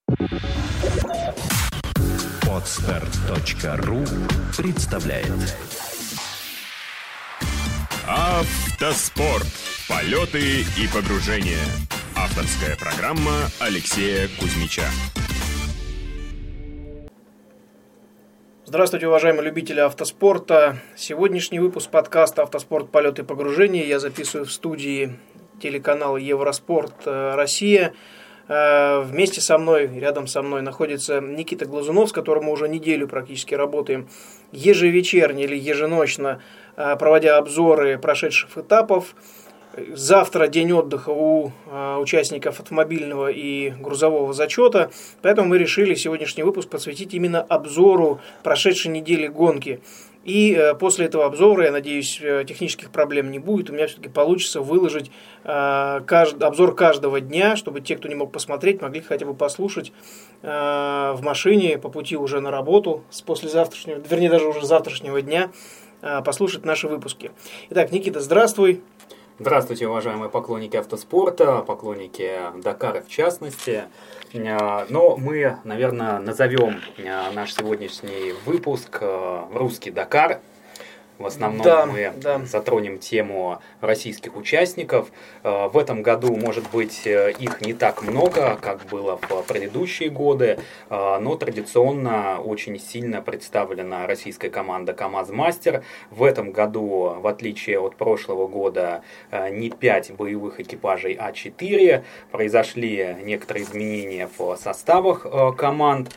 Podster.ru представляет Автоспорт. Полеты и погружения. Авторская программа Алексея Кузьмича. Здравствуйте, уважаемые любители автоспорта. Сегодняшний выпуск подкаста «Автоспорт. Полеты и погружения» я записываю в студии телеканала Евроспорт Россия. Вместе со мной, рядом со мной находится Никита Глазунов, с которым мы уже неделю практически работаем ежевечерне или еженочно, проводя обзоры прошедших этапов. Завтра день отдыха у участников автомобильного и грузового зачета, поэтому мы решили сегодняшний выпуск посвятить именно обзору прошедшей недели гонки. И после этого обзора, я надеюсь, технических проблем не будет, у меня все-таки получится выложить обзор каждого дня, чтобы те, кто не мог посмотреть, могли хотя бы послушать в машине по пути уже на работу с послезавтрашнего, вернее даже уже завтрашнего дня, послушать наши выпуски. Итак, Никита, здравствуй. Здравствуйте, уважаемые поклонники автоспорта, поклонники Дакара в частности. Но мы, наверное, назовем наш сегодняшний выпуск «Русский Дакар». В основном мы затронем тему российских участников. В этом году, может быть, их не так много, как было в предыдущие годы, но традиционно очень сильно представлена российская команда КамАЗ-Мастер. В этом году, в отличие от прошлого года, не 5 боевых экипажей, а 4. Произошли некоторые изменения в составах команд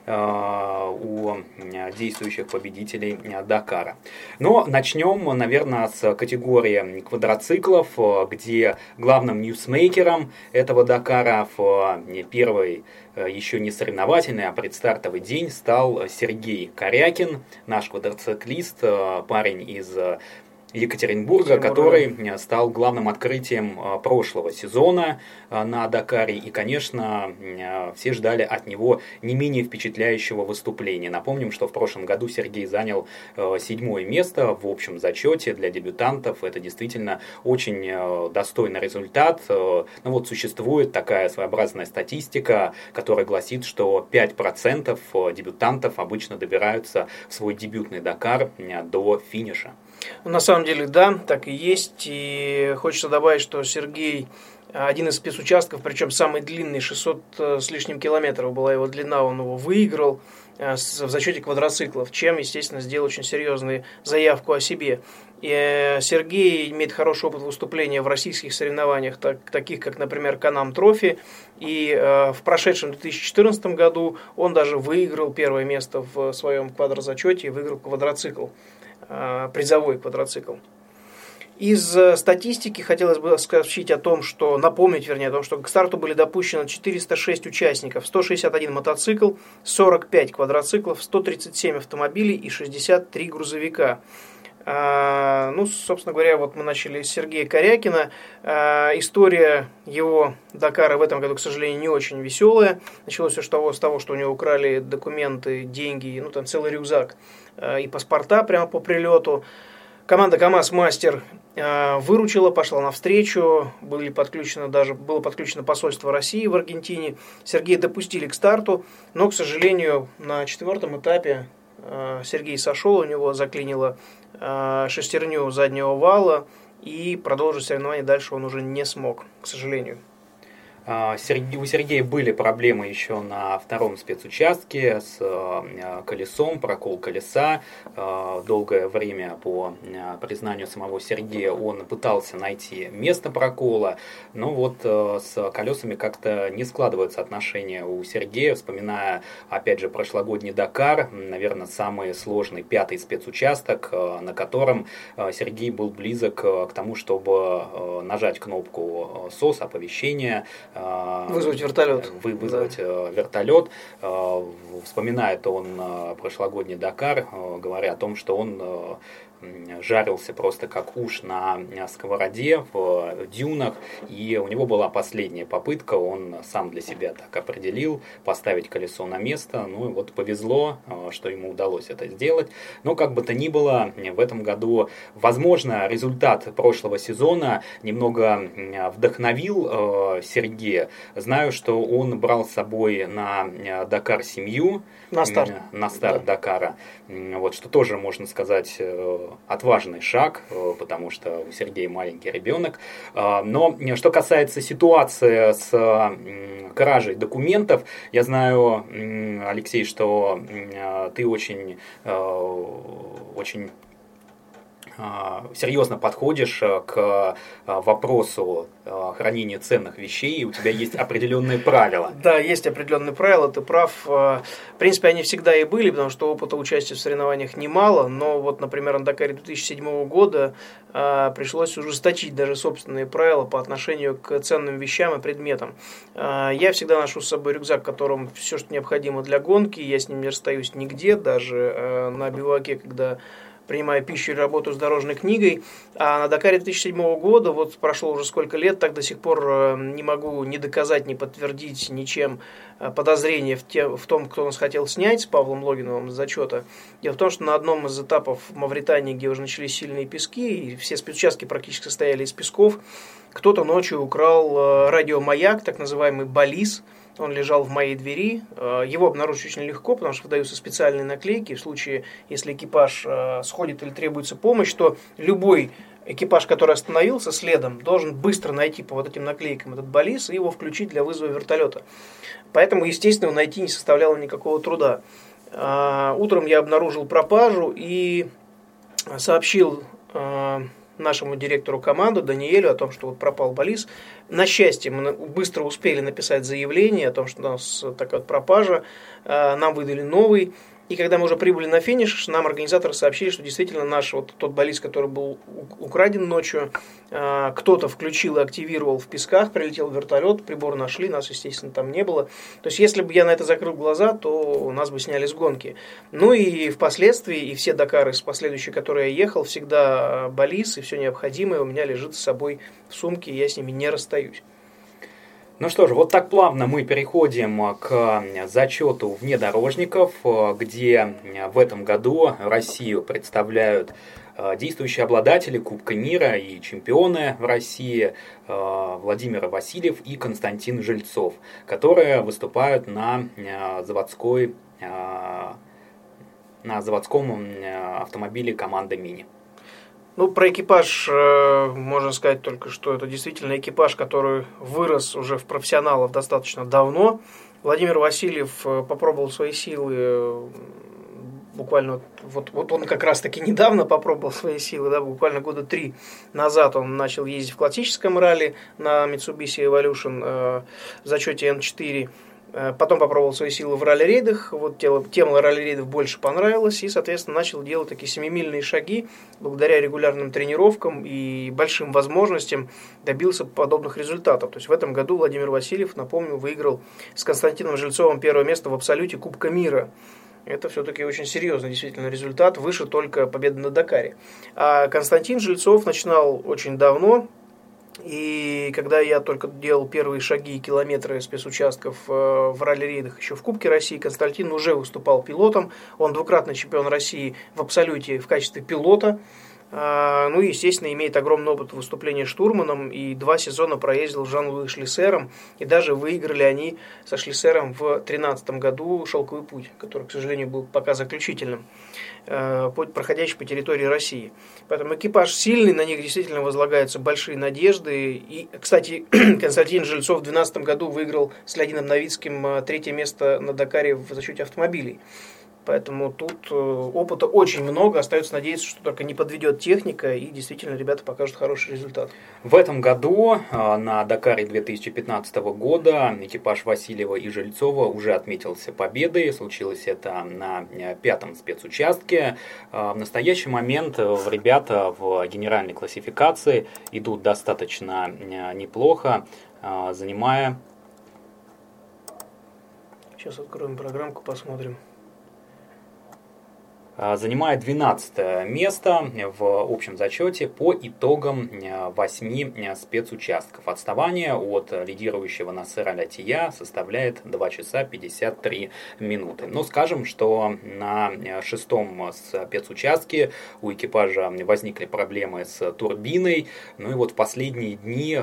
у действующих победителей Дакара. Но начнем, наверное, с категории квадроциклов, где главным ньюсмейкером этого Дакара в первый еще не соревновательный, а предстартовый день стал Сергей Корякин, наш квадроциклист, парень из Екатеринбурга, который стал главным открытием прошлого сезона на Дакаре. И, конечно, все ждали от него не менее впечатляющего выступления. Напомним, что в прошлом году Сергей занял 7-е место в общем зачете для дебютантов. Это действительно очень достойный результат. Но вот существует такая своеобразная статистика, которая гласит, что 5% дебютантов обычно добираются в свой дебютный Дакар до финиша. На самом деле, да, так и есть. И хочется добавить, что Сергей один из спецучастков, причем самый длинный, 600 с лишним километров была его длина, он его выиграл в зачете квадроциклов, чем, естественно, сделал очень серьезную заявку о себе. И Сергей имеет хороший опыт выступления в российских соревнованиях, таких как, например, Канам Трофи. И в прошедшем 2014 году он даже выиграл первое место в своем квадрозачете и выиграл квадроцикл. Призовой квадроцикл. Из статистики хотелось бы сообщить напомнить о том, что к старту были допущены 406 участников, 161 мотоцикл, 45 квадроциклов, 137 автомобилей и 63 грузовика. Собственно говоря, вот мы начали с Сергея Корякина. История его Дакара в этом году, к сожалению, не очень веселая. Началось все с того, что у него украли документы, деньги, там целый рюкзак и паспорта прямо по прилету. Команда КамАЗ-Мастер выручила, пошла навстречу. Было подключено посольство России в Аргентине. Сергея допустили к старту, но, к сожалению, на 4-м этапе Сергей сошел, у него заклинило шестерню заднего вала, и продолжить соревнования дальше он уже не смог, к сожалению. У Сергея были проблемы еще на втором спецучастке с колесом, прокол колеса. Долгое время, по признанию самого Сергея, он пытался найти место прокола, но вот с колесами как-то не складываются отношения у Сергея. Вспоминая, опять же, прошлогодний Дакар, наверное, самый сложный 5-й спецучасток, на котором Сергей был близок к тому, чтобы нажать кнопку СОС, оповещения, вызвать вертолет. Вертолет. Вспоминает он прошлогодний Дакар, говоря о том, что он жарился просто как уж на сковороде в дюнах, и у него была последняя попытка, он сам для себя так определил, поставить колесо на место, ну и вот повезло, что ему удалось это сделать. Но как бы то ни было, в этом году, возможно, результат прошлого сезона немного вдохновил Сергея. Знаю, что он брал с собой на Дакар семью, на старт Дакара, вот, что тоже, можно сказать, отважный шаг, потому что у Сергея маленький ребенок. Но что касается ситуации с кражей документов, я знаю, Алексей, что ты очень серьезно подходишь к вопросу хранения ценных вещей, и у тебя есть определенные правила. Да, есть определенные правила, ты прав. В принципе, они всегда и были, потому что опыта участия в соревнованиях немало, но вот, например, на Дакаре 2007 года пришлось ужесточить даже собственные правила по отношению к ценным вещам и предметам. Я всегда ношу с собой рюкзак, в котором все, что необходимо для гонки, я с ним не расстаюсь нигде, даже на биваке, когда принимаю пищу или работаю с дорожной книгой. А на Дакаре 2007 года, вот прошло уже сколько лет, так до сих пор не могу ни доказать, ни подтвердить ничем подозрение в том, кто нас хотел снять с Павлом Логиновым с зачета. Дело в том, что на одном из этапов в Мавритании, где уже начались сильные пески, и все спецучастки практически состояли из песков, кто-то ночью украл радиомаяк, так называемый балис. Он лежал в моей двери. Его обнаружить очень легко, потому что выдаются специальные наклейки. В случае, если экипаж сходит или требуется помощь, то любой экипаж, который остановился следом, должен быстро найти по вот этим наклейкам этот балис и его включить для вызова вертолета. Поэтому, естественно, его найти не составляло никакого труда. Утром я обнаружил пропажу и сообщил нашему директору команды Даниэлю о том, что вот пропал балис. На счастье, мы быстро успели написать заявление о том, что у нас такая вот пропажа, нам выдали новый. И когда мы уже прибыли на финиш, нам организаторы сообщили, что действительно наш вот тот баллист, который был украден ночью, кто-то включил и активировал в песках, прилетел вертолет, прибор нашли, нас, естественно, там не было. То есть, если бы я на это закрыл глаза, то нас бы сняли с гонки. Ну и впоследствии, и все Дакары последующие, которые я ехал, всегда баллист и все необходимое у меня лежит с собой в сумке, и я с ними не расстаюсь. Ну что же, вот так плавно мы переходим к зачету внедорожников, где в этом году Россию представляют действующие обладатели Кубка мира и чемпионы в России Владимир Васильев и Константин Жильцов, которые выступают на заводском автомобиле команды «Мини». Ну, про экипаж можно сказать только, что это действительно экипаж, который вырос уже в профессионалов достаточно давно. Владимир Васильев попробовал свои силы буквально, вот он как раз таки недавно попробовал свои силы, да, буквально года 3 назад он начал ездить в классическом ралли на Mitsubishi Evolution в зачете N4. Потом попробовал свои силы в ралли-рейдах, вот тема ралли-рейдов больше понравилась, и, соответственно, начал делать такие семимильные шаги, благодаря регулярным тренировкам и большим возможностям добился подобных результатов. То есть в этом году Владимир Васильев, напомню, выиграл с Константином Жильцовым первое место в абсолюте Кубка мира. Это все-таки очень серьезный действительно результат, выше только победы на Дакаре. А Константин Жильцов начинал очень давно. И когда я только делал первые шаги и километры спецучастков в ралли-рейдах еще в Кубке России, Константин уже выступал пилотом. Он двукратный чемпион России в абсолюте в качестве пилота. Ну и, естественно, имеет огромный опыт выступления штурманом. И 2 сезона проездил с Жан-Луи Шлиссером. И даже выиграли они со Шлиссером в 2013 году «Шелковый путь», который, к сожалению, был пока заключительным. Путь, проходящий по территории России. Поэтому экипаж сильный, на них действительно возлагаются большие надежды. И, кстати, Константин Жильцов в 2012 году выиграл с Леонидом Новицким 3-е место на Дакаре в зачете автомобилей. Поэтому тут опыта очень много. Остается надеяться, что только не подведет техника, и действительно ребята покажут хороший результат. В этом году на Дакаре 2015 года экипаж Васильева и Жильцова уже отметился победой. Случилось это на 5-м спецучастке. В настоящий момент ребята в генеральной классификации идут достаточно неплохо, занимая... Сейчас откроем программку, посмотрим. занимает 12 место в общем зачете по итогам 8 спецучастков. Отставание от лидирующего Насера Аль-Аттия составляет 2 часа 53 минуты. Но скажем, что на 6-м спецучастке у экипажа возникли проблемы с турбиной. Ну и вот в последние дни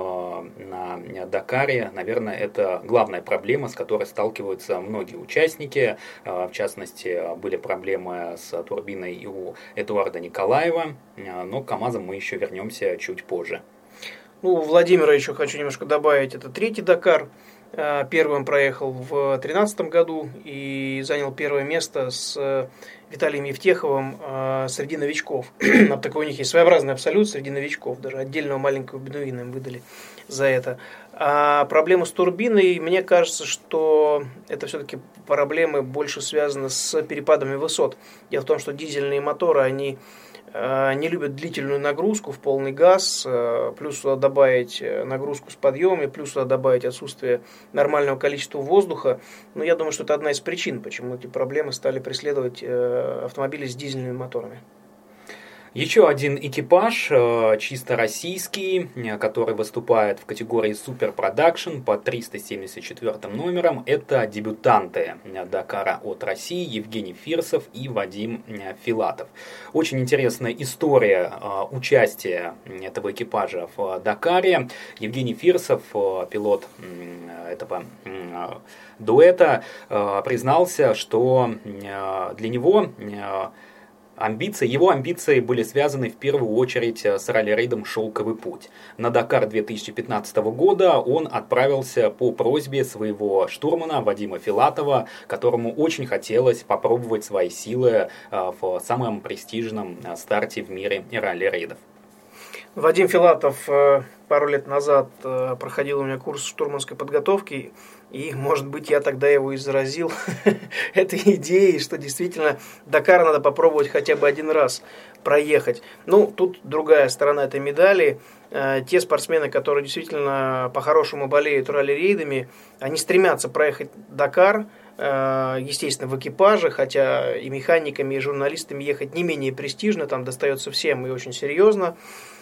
на Дакаре, наверное, это главная проблема, с которой сталкиваются многие участники. В частности, были проблемы с турбиной и у Эдуарда Николаева, но к КамАЗам мы еще вернемся чуть позже. Ну, Владимира еще хочу немножко добавить, это 3-й Дакар. Первым проехал в 2013 году и занял первое место с Виталием Евтеховым среди новичков. Такой у них есть своеобразный абсолют среди новичков, даже отдельного маленького бедуина им выдали за это. А проблема с турбиной, мне кажется, что это все-таки проблемы больше связаны с перепадами высот. Дело в том, что дизельные моторы, они не любят длительную нагрузку в полный газ, плюс туда добавить нагрузку с подъемами, плюс туда добавить отсутствие нормального количества воздуха. Но я думаю, что это одна из причин, почему эти проблемы стали преследовать автомобили с дизельными моторами. Еще один экипаж, чисто российский, который выступает в категории Super Production по 374 номерам, это дебютанты Дакара от России Евгений Фирсов и Вадим Филатов. Очень интересная история участия этого экипажа в Дакаре. Евгений Фирсов, пилот этого дуэта, признался, что для него его амбиции были связаны в первую очередь с ралли-рейдом «Шелковый путь». На Дакар 2015 года он отправился по просьбе своего штурмана Вадима Филатова, которому очень хотелось попробовать свои силы в самом престижном старте в мире ралли-рейдов. Вадим Филатов пару лет назад проходил у меня курс штурманской подготовки, и, может быть, я тогда его и заразил этой идеей, что действительно Дакар надо попробовать хотя бы один раз проехать. Ну, тут другая сторона этой медали. Те спортсмены, которые действительно по-хорошему болеют ралли-рейдами, они стремятся проехать Дакар, естественно, в экипаже, хотя и механиками, и журналистами ехать не менее престижно, там достается всем и очень серьезно.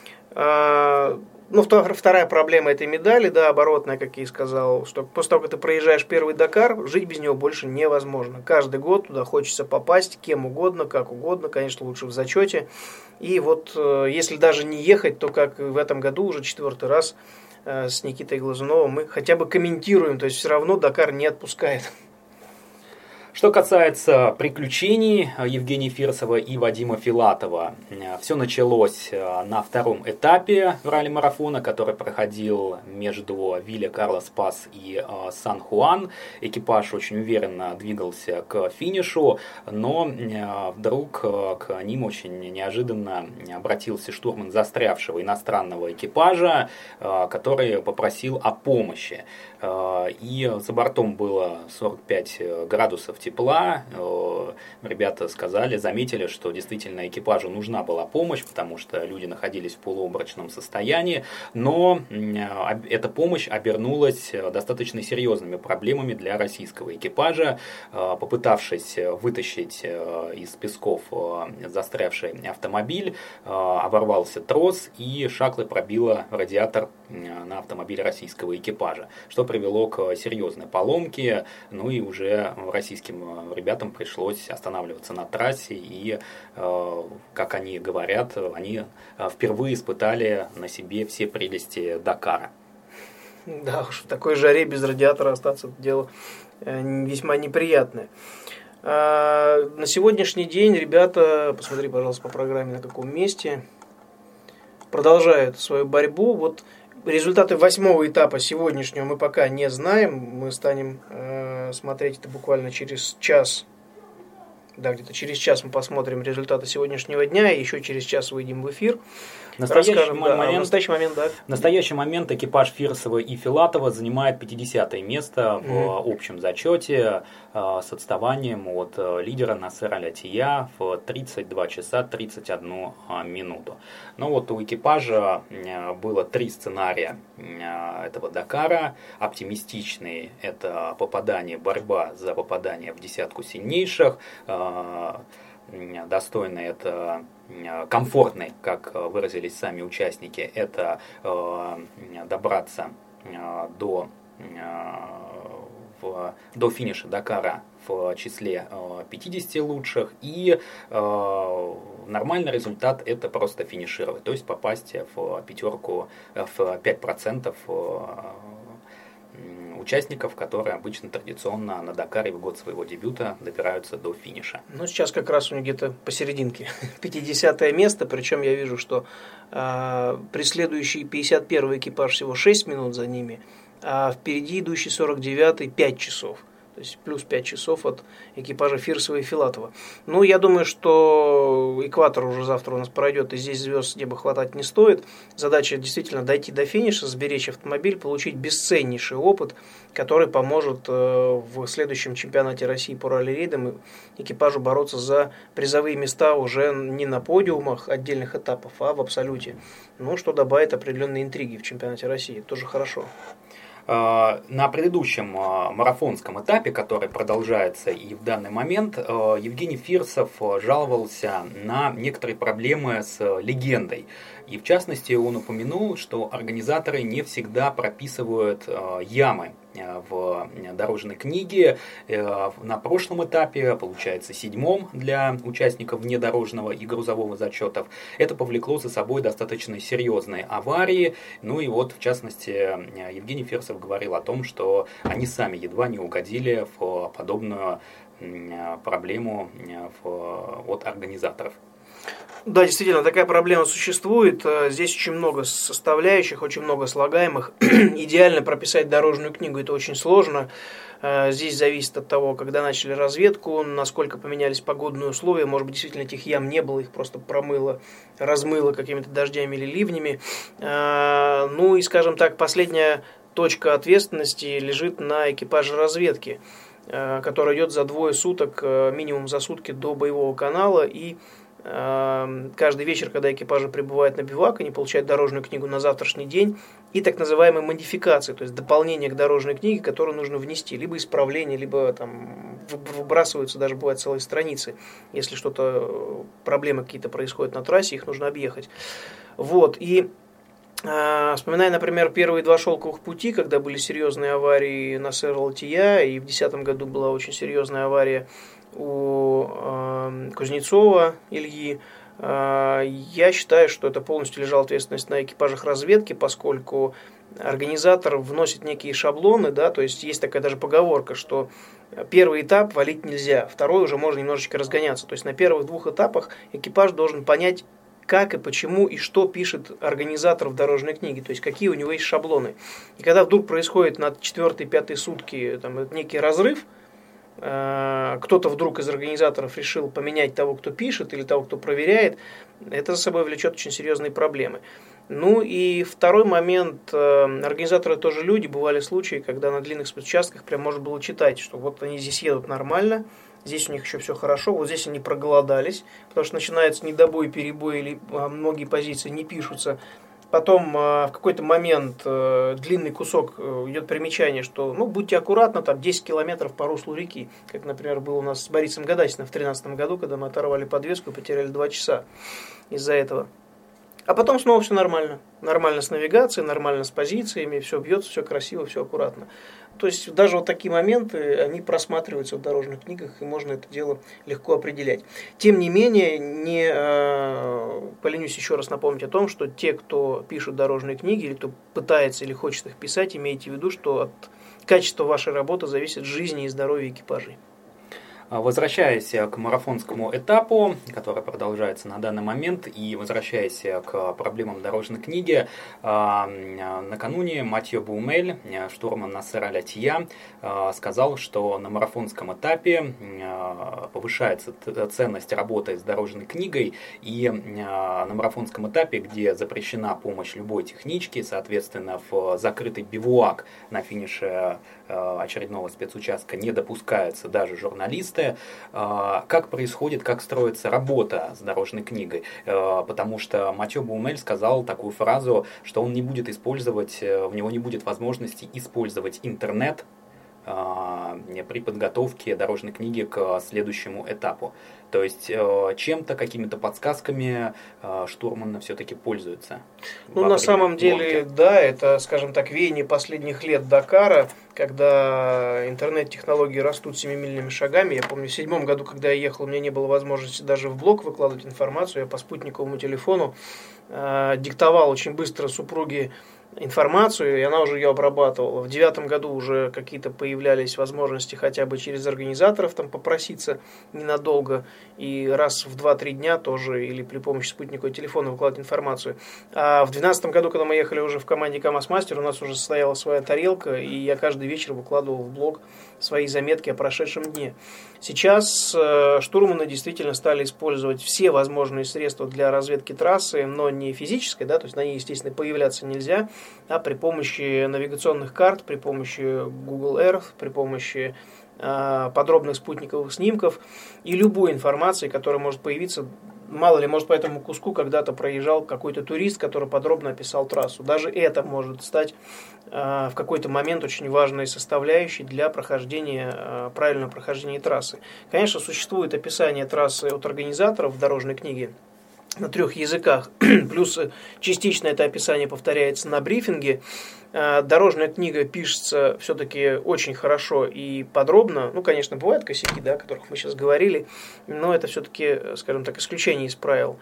Ну, вторая проблема этой медали, да, оборотная, как я и сказал, что после того, как ты проезжаешь первый Дакар, жить без него больше невозможно. Каждый год туда хочется попасть кем угодно, как угодно, конечно, лучше в зачете. И вот если даже не ехать, то как в этом году уже 4-й раз с Никитой Глазуновым мы хотя бы комментируем, то есть все равно Дакар не отпускает. Что касается приключений Евгения Фирсова и Вадима Филатова, все началось на втором этапе ралли-марафона, который проходил между Вилля Карлос-Пас и Сан-Хуан. Экипаж очень уверенно двигался к финишу, но вдруг к ним очень неожиданно обратился штурман застрявшего иностранного экипажа, который попросил о помощи. И за бортом было 45 градусов тепла. Ребята заметили, что действительно экипажу нужна была помощь, потому что люди находились в полуобморочном состоянии, но эта помощь обернулась достаточно серьезными проблемами для российского экипажа. Попытавшись вытащить из песков застрявший автомобиль, оборвался трос и шаклой пробило радиатор на автомобиле российского экипажа, что привело к серьезной поломке, ну и уже российским ребятам пришлось останавливаться на трассе, и, как они говорят, они впервые испытали на себе все прелести Дакара. Да уж, в такой жаре без радиатора остаться, это дело весьма неприятное. На сегодняшний день ребята, посмотри, пожалуйста, по программе на каком месте, продолжают свою борьбу. Вот результаты 8-го этапа сегодняшнего мы пока не знаем. Мы станем смотреть это буквально через час. Да, где-то через час мы посмотрим результаты сегодняшнего дня, и еще через час выйдем в эфир. В настоящий момент экипаж Фирсова и Филатова занимает 50-е место в общем зачете с отставанием от лидера Насера Аль-Аттия в 32 часа 31 минуту. Но вот у экипажа было 3 сценария этого Дакара. Оптимистичный – это борьба за попадание в десятку сильнейших. достойный, это комфортный, как выразились сами участники, это добраться до финиша Дакара в числе 50 лучших, и нормальный результат это просто финишировать, то есть попасть в пятерку, в 5% участников, которые обычно традиционно на Дакаре в год своего дебюта добираются до финиша. Ну, сейчас как раз у них где-то посерединке, 50-е место, причем я вижу, что преследующий 51-й экипаж всего 6 минут за ними, а впереди идущий 49-й 5 часов. То есть плюс 5 часов от экипажа Фирсова и Филатова. Ну, я думаю, что экватор уже завтра у нас пройдет, и здесь звезд небо хватать не стоит. Задача действительно дойти до финиша, сберечь автомобиль, получить бесценнейший опыт, который поможет в следующем чемпионате России по ралли-рейдам экипажу бороться за призовые места уже не на подиумах отдельных этапов, а в абсолюте. Ну, что добавит определенные интриги в чемпионате России. Тоже хорошо. На предыдущем марафонском этапе, который продолжается и в данный момент, Евгений Фирсов жаловался на некоторые проблемы с легендой. И в частности он упомянул, что организаторы не всегда прописывают ямы в дорожной книге. На прошлом этапе, получается 7-м для участников внедорожного и грузового зачетов, это повлекло за собой достаточно серьезные аварии. Ну и вот, в частности, Евгений Фирсов говорил о том, что они сами едва не угодили в подобную проблему от организаторов. Да, действительно, такая проблема существует. Здесь очень много составляющих, очень много слагаемых. Идеально прописать дорожную книгу – это очень сложно. Здесь зависит от того, когда начали разведку, насколько поменялись погодные условия. Может быть, действительно этих ям не было, их просто промыло, размыло какими-то дождями или ливнями. Ну и, скажем так, последняя точка ответственности лежит на экипаже разведки, который идет за 2 суток, минимум за сутки до боевого канала, и каждый вечер, когда экипажи прибывают на бивак, они получают дорожную книгу на завтрашний день и так называемые модификации, то есть дополнение к дорожной книге, которую нужно внести, либо исправление, либо там выбрасываются, даже бывают целые страницы, если что-то, проблемы какие-то происходят на трассе, их нужно объехать. Вот, и вспоминая, например, первые 2 шелковых пути, когда были серьезные аварии на СР-Латия, и в 2010 году была очень серьезная авария у Кузнецова Ильи, я считаю, что это полностью лежала ответственность на экипажах разведки, поскольку организатор вносит некие шаблоны, да, то есть есть такая даже поговорка, что первый этап валить нельзя, второй уже можно немножечко разгоняться. То есть на первых 2 этапах экипаж должен понять, как и почему и что пишет организатор в дорожной книге, то есть какие у него есть шаблоны. И когда вдруг происходит на 4-5 сутки там, некий разрыв, кто-то вдруг из организаторов решил поменять того, кто пишет, или того, кто проверяет, это за собой влечет очень серьезные проблемы. Ну и второй момент, организаторы тоже люди, бывали случаи, когда на длинных спецучастках прям можно было читать, что вот они здесь едут нормально, здесь у них еще все хорошо, вот здесь они проголодались, потому что начинается недобой, перебой, или многие позиции не пишутся. Потом в какой-то момент длинный кусок идет примечание, что ну, будьте аккуратны, там 10 километров по руслу реки. Как, например, было у нас с Борисом Гадасиным в 2013 году, когда мы оторвали подвеску и потеряли 2 часа из-за этого. А потом снова все нормально. Нормально с навигацией, нормально с позициями, все бьется, все красиво, все аккуратно. То есть даже вот такие моменты, они просматриваются в дорожных книгах, и можно это дело легко определять. Тем не менее, не поленюсь еще раз напомнить о том, что те, кто пишут дорожные книги, или кто пытается или хочет их писать, имейте в виду, что от качества вашей работы зависит жизнь и здоровье экипажей. Возвращаясь к марафонскому этапу, который продолжается на данный момент, и возвращаясь к проблемам дорожной книги, накануне Матьё Баумель, штурман на СР-Латия, сказал, что на марафонском этапе повышается ценность работы с дорожной книгой, и на марафонском этапе, где запрещена помощь любой технички, соответственно, в закрытый бивуак на финише очередного спецучастка не допускаются даже журналисты. Как происходит, как строится работа с дорожной книгой? Потому что Матьё Баумель сказал такую фразу, что он не будет использовать, у него не будет возможности использовать интернет при подготовке дорожной книги к следующему этапу. То есть чем-то, какими-то подсказками штурман все-таки пользуется. Ну, на самом деле, да, это, скажем так, веяние последних лет Дакара, когда интернет-технологии растут семимильными шагами. Я помню, в 2007 году, когда я ехал, у меня не было возможности даже в блог выкладывать информацию. Я по спутниковому телефону диктовал очень быстро супруге информацию, и она уже ее обрабатывала. В 2009 году уже какие-то появлялись возможности хотя бы через организаторов там попроситься ненадолго и раз в 2-3 дня тоже или при помощи спутникового телефона выкладывать информацию. А в 2012 году, когда мы ехали уже в команде КамАЗ-Мастер, у нас уже состояла своя тарелка, и я каждый вечер выкладывал в блог свои заметки о прошедшем дне. Сейчас штурманы действительно стали использовать все возможные средства для разведки трассы, но не физической, да, то есть на ней, естественно, появляться нельзя, а при помощи навигационных карт, при помощи Google Earth, при помощи подробных спутниковых снимков и любой информации, которая может появиться. Мало ли, может, по этому куску когда-то проезжал какой-то турист, который подробно описал трассу. Даже это может стать в какой-то момент очень важной составляющей для прохождения, правильного прохождения трассы. Конечно, существует описание трассы от организаторов в дорожной книге на 3 языках, плюс частично это описание повторяется на брифинге. Дорожная книга пишется все-таки очень хорошо и подробно. Ну, конечно, бывают косяки, да, о которых мы сейчас говорили, но это все-таки, скажем так, исключение из правил.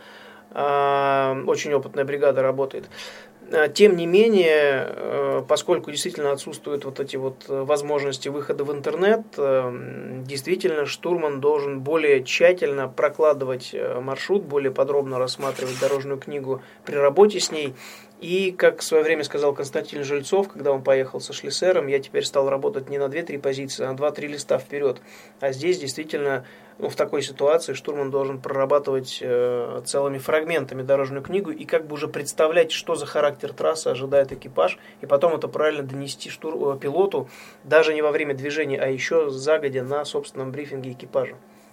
Очень опытная бригада работает. Тем не менее, поскольку действительно отсутствуют вот эти вот возможности выхода в интернет, действительно штурман должен более тщательно прокладывать маршрут, более подробно рассматривать дорожную книгу при работе с ней. И, как в свое время сказал Константин Жильцов, когда он поехал со шлиссером, я теперь стал работать не на 2-3 позиции, а на 2-3 листа вперед. А здесь действительно, в такой ситуации штурман должен прорабатывать целыми фрагментами дорожную книгу и как бы уже представлять, что за характер трассы ожидает экипаж, и потом это правильно донести пилоту, даже не во время движения, а еще загодя на собственном брифинге экипажа.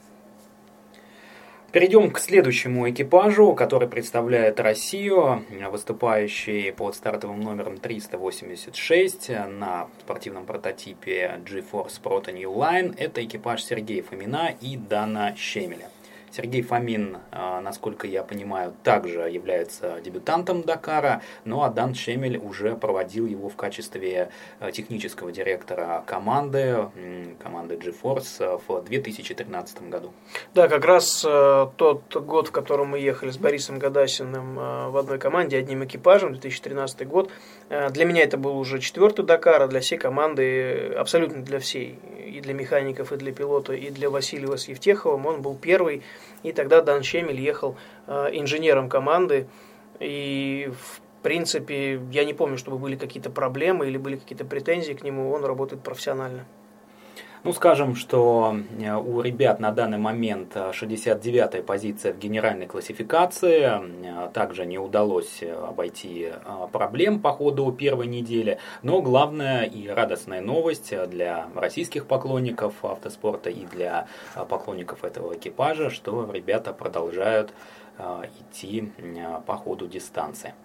Перейдем к следующему экипажу, который представляет Россию, выступающий под стартовым номером 386 на спортивном прототипе GeForce Proto New Line. Это экипаж Сергея Фомина и Дана Щемеля. Сергей Фомин, насколько я понимаю, также является дебютантом Дакара, а Дан Щемель уже проводил его в качестве технического директора команды GeForce в 2013 году. Да, как раз тот год, в котором мы ехали с Борисом Гадасиным в одной команде, одним экипажем, 2013 год, для меня это был уже 4-й Дакар, а для всей команды, абсолютно для всей, и для механиков, и для пилота, и для Васильева с Евтеховым, он был первый. И тогда Дан Щемель ехал инженером команды. И, в принципе, я не помню, чтобы были какие-то проблемы или были какие-то претензии к нему. Он работает профессионально. Скажем, что у ребят на данный момент 69-я позиция в генеральной классификации. Также не удалось обойти проблем по ходу первой недели. Но главная и радостная новость для российских поклонников автоспорта и для поклонников этого экипажа, что ребята продолжают идти по ходу дистанции.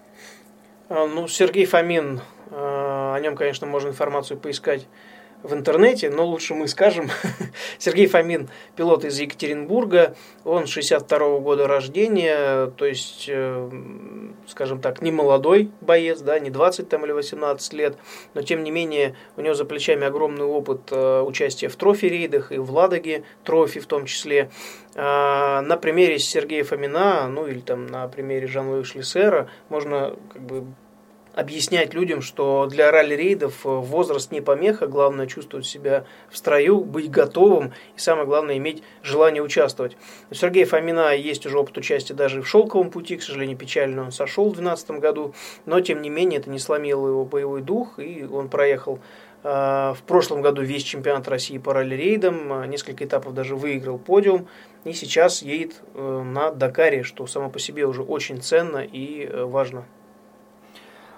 Сергей Фомин, о нем, конечно, можно информацию поискать в интернете, но лучше мы скажем. Сергей Фомин, пилот из Екатеринбурга, он 62-го года рождения, то есть, скажем так, не молодой боец, да, не 20 там, или 18 лет, но тем не менее у него за плечами огромный опыт участия в трофи-рейдах и в Ладоге трофи в том числе. На примере Сергея Фомина, или там на примере Жан-Луи Шлиссера можно объяснять людям, что для ралли-рейдов возраст не помеха, главное чувствовать себя в строю, быть готовым и самое главное иметь желание участвовать. У Сергея Фомина есть уже опыт участия даже в шелковом пути, к сожалению, печально он сошел в 2012 году, но тем не менее это не сломило его боевой дух, и он проехал в прошлом году весь чемпионат России по ралли-рейдам, несколько этапов даже выиграл подиум, и сейчас едет на Дакаре, что само по себе уже очень ценно и важно.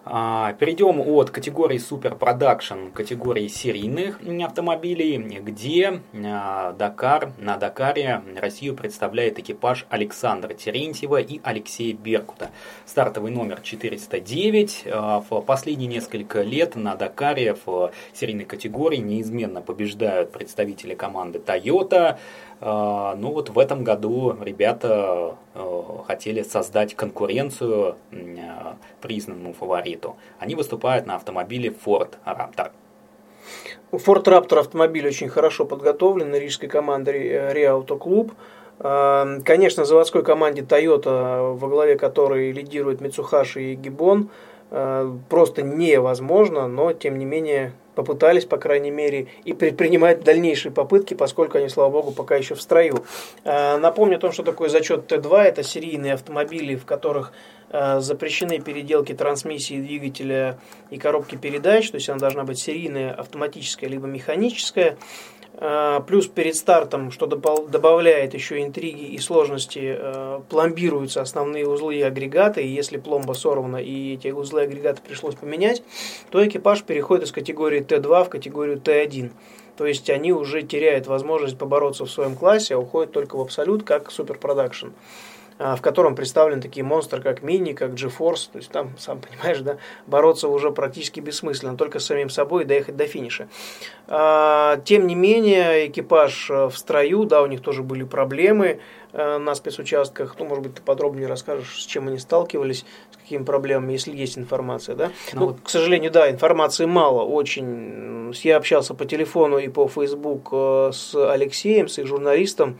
Перейдем от категории Super Production к категории серийных автомобилей, где на Дакаре Россию представляет экипаж Александра Терентьева и Алексея Беркута. Стартовый номер 409. В последние несколько лет на Дакаре в серийной категории неизменно побеждают представители команды Toyota. Ну вот в этом году ребята хотели создать конкуренцию признанному фавориту. Они выступают на автомобиле Ford Raptor. Ford Raptor автомобиль очень хорошо подготовлен рижской командой Rea Auto Club. Конечно, заводской команде Toyota, во главе которой лидирует Mitsuhashi и Gibbon, просто невозможно, но тем не менее попытались, по крайней мере, и предпринимают дальнейшие попытки, поскольку они, слава богу, пока еще в строю. Напомню о том, что такое зачет Т2. Это серийные автомобили, в которых запрещены переделки трансмиссии, двигателя и коробки передач. То есть она должна быть серийная, автоматическая, либо механическая. Плюс перед стартом, что добавляет еще интриги и сложности, пломбируются основные узлы и агрегаты. И если пломба сорвана и эти узлы и агрегаты пришлось поменять, то экипаж переходит из категории Т2 в категорию Т1. То есть они уже теряют возможность побороться в своем классе, а уходят только в абсолют, как Super Production, в котором представлены такие монстры, как Mini, как GeForce. То есть там, сам понимаешь, да, бороться уже практически бессмысленно, только с самим собой и доехать до финиша. Тем не менее, экипаж в строю, да, у них тоже были проблемы на спецучастках. Ну, может быть, ты подробнее расскажешь, с чем они сталкивались, с какими проблемами, если есть информация, да? Ну, к сожалению, да, информации мало очень. Я общался по телефону и по Facebook с Алексеем, с их журналистом.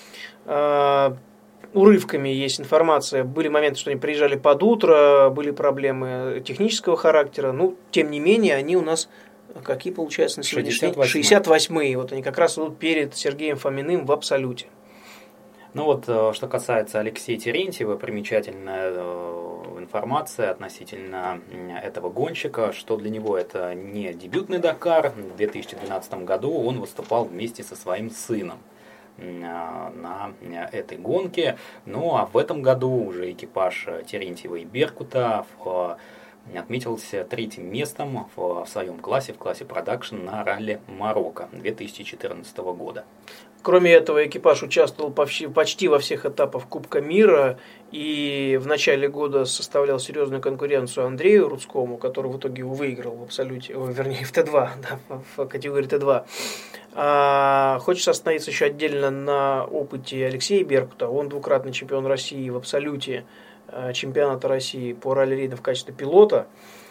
Урывками есть информация. Были моменты, что они приезжали под утро, были проблемы технического характера. Ну, тем не менее, они у нас, какие, получается, на сегодняшний день? 68-е. Вот они как раз идут перед Сергеем Фоминым в абсолюте. Ну вот, что касается Алексея Терентьева, примечательная информация относительно этого гонщика, что для него это не дебютный Дакар. В 2012 году он выступал вместе со своим сыном на этой гонке. Ну а в этом году уже экипаж Терентьева и Беркута отметился третьим местом в своем классе, в классе продакшн на ралли Марокко 2014 года. Кроме этого, экипаж участвовал почти во всех этапах Кубка мира и в начале года составлял серьезную конкуренцию Андрею Рудскому, который в итоге выиграл в абсолюте, вернее в Т2, да, в категории Т2. Хочется остановиться еще отдельно на опыте Алексея Беркута. Он двукратный чемпион России в абсолюте чемпионата России по ралли-рейду в качестве пилота.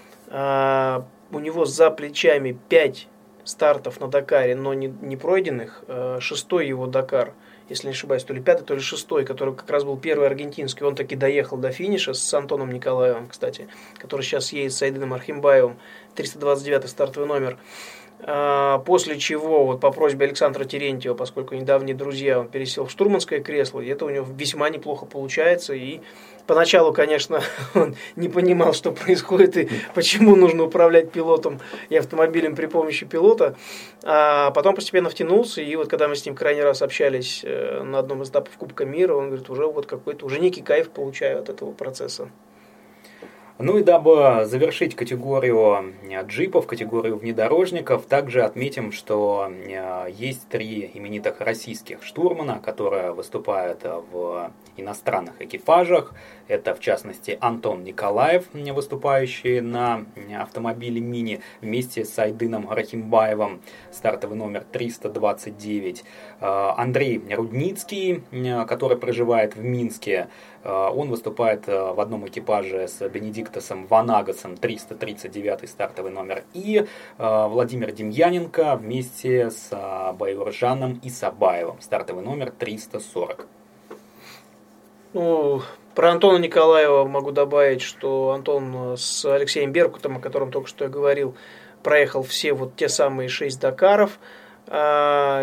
У него за плечами 5 стартов на Дакаре, но не пройденных. 6-й его Дакар, если не ошибаюсь, то ли 5-й, то ли 6-й, который как раз был первый аргентинский. Он таки доехал до финиша с Антоном Николаевым, кстати, который сейчас едет с Айдыном Архимбаевым, 329-й стартовый номер. После чего, вот по просьбе Александра Терентьева, поскольку недавние друзья, он пересел в штурманское кресло, и это у него весьма неплохо получается. И поначалу, конечно, он не понимал, что происходит и почему нужно управлять пилотом и автомобилем при помощи пилота. А потом постепенно втянулся, и вот когда мы с ним крайний раз общались на одном из этапов Кубка мира, он говорит, уже вот какой-то, уже некий кайф получаю от этого процесса. Ну и дабы завершить категорию джипов, категорию внедорожников, также отметим, что есть 3 именитых российских штурмана, которые выступают в иностранных экипажах. Это, в частности, Антон Николаев, выступающий на автомобиле Мини вместе с Айдыном Рахимбаевым, стартовый номер 329. Андрей Рудницкий, который проживает в Минске, он выступает в одном экипаже с Бенедиктосом Ванагасом, 339 стартовый номер. И Владимир Демьяненко вместе с Байоржаном Исабаевым, стартовый номер 340. Ну, про Антона Николаева могу добавить, что Антон с Алексеем Беркутом, о котором только что я говорил, проехал все вот те самые 6 Дакаров.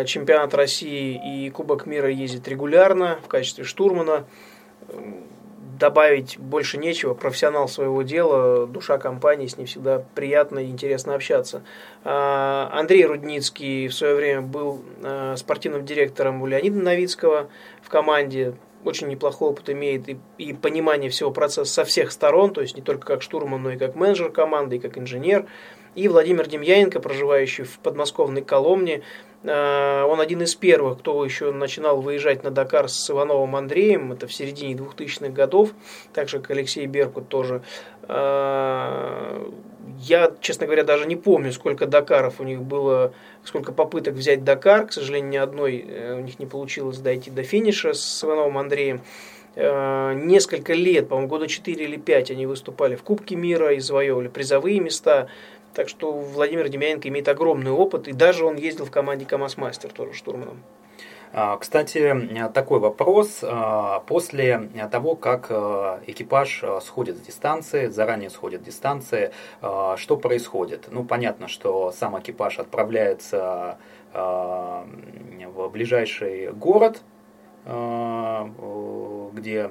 Чемпионат России и Кубок мира ездит регулярно в качестве штурмана. добавить больше нечего. Профессионал своего дела, душа компании, с ним всегда приятно и интересно общаться. Андрей Рудницкий в свое время был спортивным директором у Леонида Новицкого в команде. Очень неплохой опыт имеет и понимание всего процесса со всех сторон, то есть не только как штурман, но и как менеджер команды, и как инженер. И Владимир Демьяненко, проживающий в подмосковной Коломне, он один из первых, кто еще начинал выезжать на Дакар с Ивановым Андреем, это в середине 2000-х годов, так же, как Алексей Беркут тоже. Я, честно говоря, даже не помню, сколько Дакаров у них было, сколько попыток взять Дакар. К сожалению, ни одной у них не получилось дойти до финиша с Ивановым Андреем. Несколько лет, по-моему, года 4 или 5 они выступали в Кубке мира и завоевывали призовые места. Так что Владимир Демьяненко имеет огромный опыт, и даже он ездил в команде КамАЗ-Мастер, тоже штурманом. Кстати, такой вопрос. После того, как экипаж сходит с дистанции, заранее сходит с дистанции, что происходит? Ну, понятно, что сам экипаж отправляется в ближайший город, где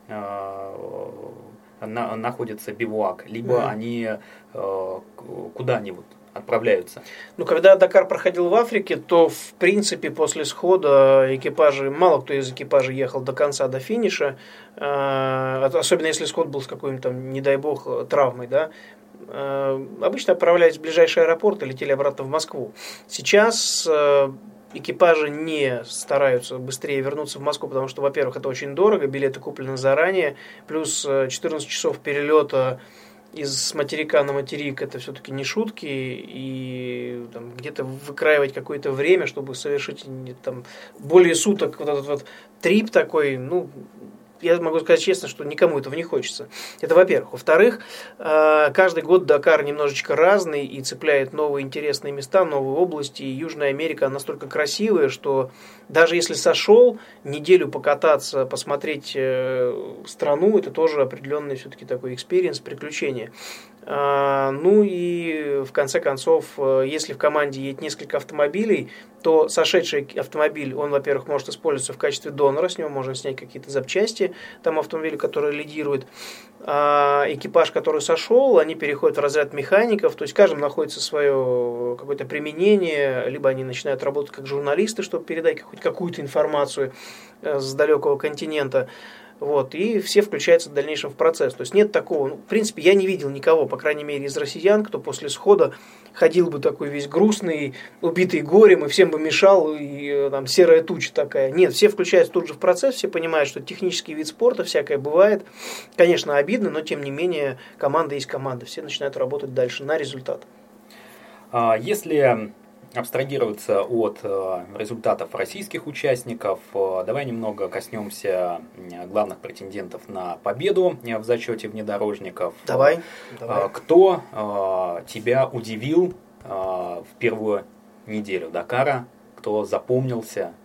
находится бивуак, либо они куда-нибудь отправляются. Ну, когда Дакар проходил в Африке, то, в принципе, после схода экипажи, мало кто из экипажей ехал до конца, до финиша, особенно если сход был с какой-нибудь там, не дай бог, травмой, да, обычно отправлялись в ближайший аэропорт и летели обратно в Москву. Сейчас экипажи не стараются быстрее вернуться в Москву, потому что, во-первых, это очень дорого, билеты куплены заранее, плюс 14 часов перелета из материка на материк это все-таки не шутки, и там, где-то выкраивать какое-то время, чтобы совершить там, более суток вот этот вот трип такой, ну, я могу сказать честно, что никому этого не хочется. Это во-первых. Во-вторых, каждый год Дакар немножечко разный и цепляет новые интересные места, новые области. И Южная Америка настолько красивая, что даже если сошел, неделю покататься, посмотреть страну, это тоже определенный все-таки такой экспириенс, приключение. Ну и в конце концов, если в команде есть несколько автомобилей, то сошедший автомобиль, он, во-первых, может использоваться в качестве донора, с него можно снять какие-то запчасти, там автомобили, которые лидируют. А экипаж, который сошел, они переходят в разряд механиков, то есть каждому находится свое какое-то применение, либо они начинают работать как журналисты, чтобы передать хоть какую-то информацию с далекого континента. Вот, и все включаются в дальнейшем в процесс. То есть нет такого, ну, в принципе, я не видел никого, по крайней мере, из россиян, кто после схода ходил бы такой весь грустный, убитый горем, и всем бы мешал, и там серая туча такая. Нет, все включаются тут же в процесс, все понимают, что технический вид спорта, всякое бывает. Конечно, обидно, но тем не менее, команда есть команда, все начинают работать дальше на результат. Если абстрагироваться от результатов российских участников, давай немного коснемся главных претендентов на победу в зачете внедорожников. Давай. Кто тебя удивил в первую неделю Дакара? Кто запомнился?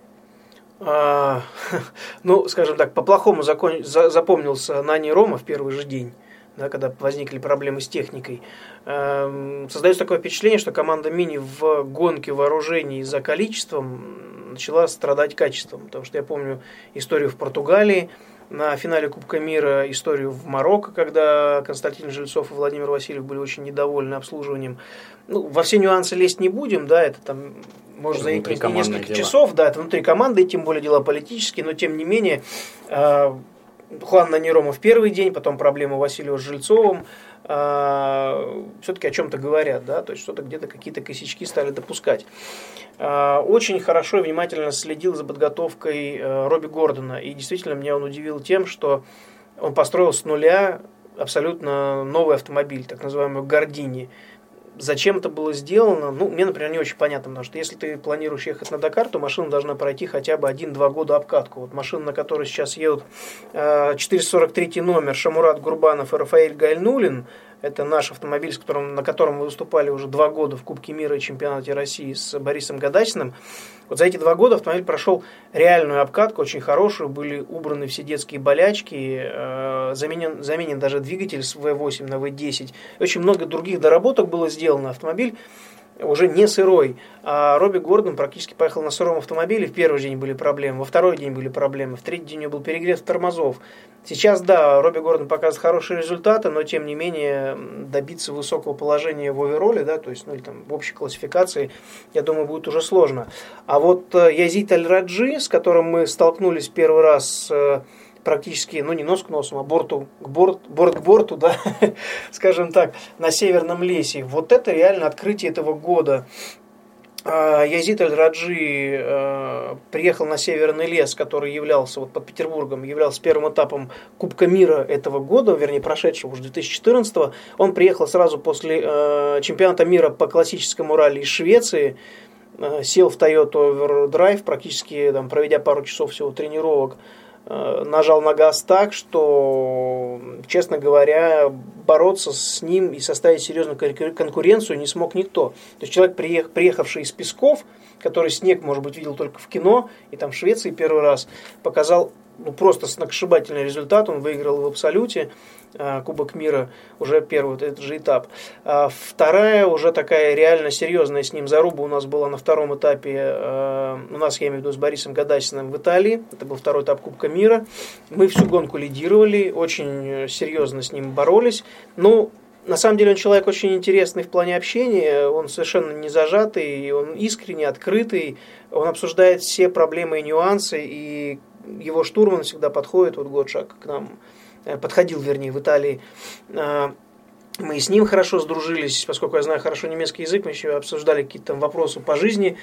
Ну, скажем так, по-плохому запомнился Нани Рома в первый же день. Да, когда возникли проблемы с техникой. Создается такое впечатление, что команда Мини в гонке вооружений за количеством начала страдать качеством. Потому что я помню историю в Португалии, на финале Кубка мира, историю в Марокко, когда Константин Жильцов и Владимир Васильев были очень недовольны обслуживанием. Ну, во все нюансы лезть не будем, да, это там может занять несколько часов, да, это внутри команды, тем более дела политические, но тем не менее Хуан Нани Рома в первый день, потом проблемы Васильева с Жильцовым, все-таки о чем-то говорят, да, то есть что-то где-то какие-то косячки стали допускать. Очень хорошо и внимательно следил за подготовкой Робби Гордона, и действительно меня он удивил тем, что он построил с нуля абсолютно новый автомобиль, так называемый Гордини. Зачем это было сделано? Ну, мне, например, не очень понятно, потому что если ты планируешь ехать на Дакар, то машина должна пройти хотя бы 1-2 года обкатку. Вот машина, на которой сейчас едут 443 номер Шамурат Гурбанов и Рафаэль Гайнулин, это наш автомобиль, на котором мы выступали уже 2 года в Кубке мира и чемпионате России с Борисом Гадасиным. Вот за эти 2 года автомобиль прошел реальную обкатку, очень хорошую, были убраны все детские болячки, заменен даже двигатель с V8 на V10. Очень много других доработок было сделано. Автомобиль уже не сырой. А Робби Гордон практически поехал на сыром автомобиле. В первый день были проблемы, во второй день были проблемы, в третий день у него был перегрев тормозов. Сейчас, да, Робби Гордон показывает хорошие результаты, но тем не менее добиться высокого положения в овероле, да, то есть, ну, или там в общей классификации, я думаю, будет уже сложно. А вот Язид Аль-Раджи, с которым мы столкнулись первый раз практически, ну, не нос к носу, а борт к борту, да, скажем так, на Северном лесе. Вот это реально открытие этого года. Язид Аль-Раджи приехал на Северный лес, который являлся вот под Петербургом, являлся первым этапом Кубка мира этого года, вернее, прошедшего уже 2014. Он приехал сразу после чемпионата мира по классическому ралли из Швеции, сел в Toyota Overdrive, практически там, проведя пару часов всего тренировок, нажал на газ так, что, честно говоря, бороться с ним и составить серьезную конкуренцию не смог никто. То есть человек, приехавший из Песков, который снег, может быть, видел только в кино, и там в Швеции первый раз, показал просто сногсшибательный результат. Он выиграл в абсолюте Кубок мира, уже первый вот этот же этап. Вторая уже такая реально серьезная с ним заруба у нас была на втором этапе, у нас, я имею в виду, с Борисом Гадасиным в Италии. Это был второй этап Кубка мира. Мы всю гонку лидировали, очень серьезно с ним боролись. Ну, на самом деле он человек очень интересный в плане общения, он совершенно не зажатый, он искренне открытый, он обсуждает все проблемы и нюансы, и его штурман всегда подходит, вот Готшак к нам подходил, вернее, в Италии. Мы с ним хорошо сдружились, поскольку я знаю хорошо немецкий язык, мы еще обсуждали какие-то там вопросы по жизни.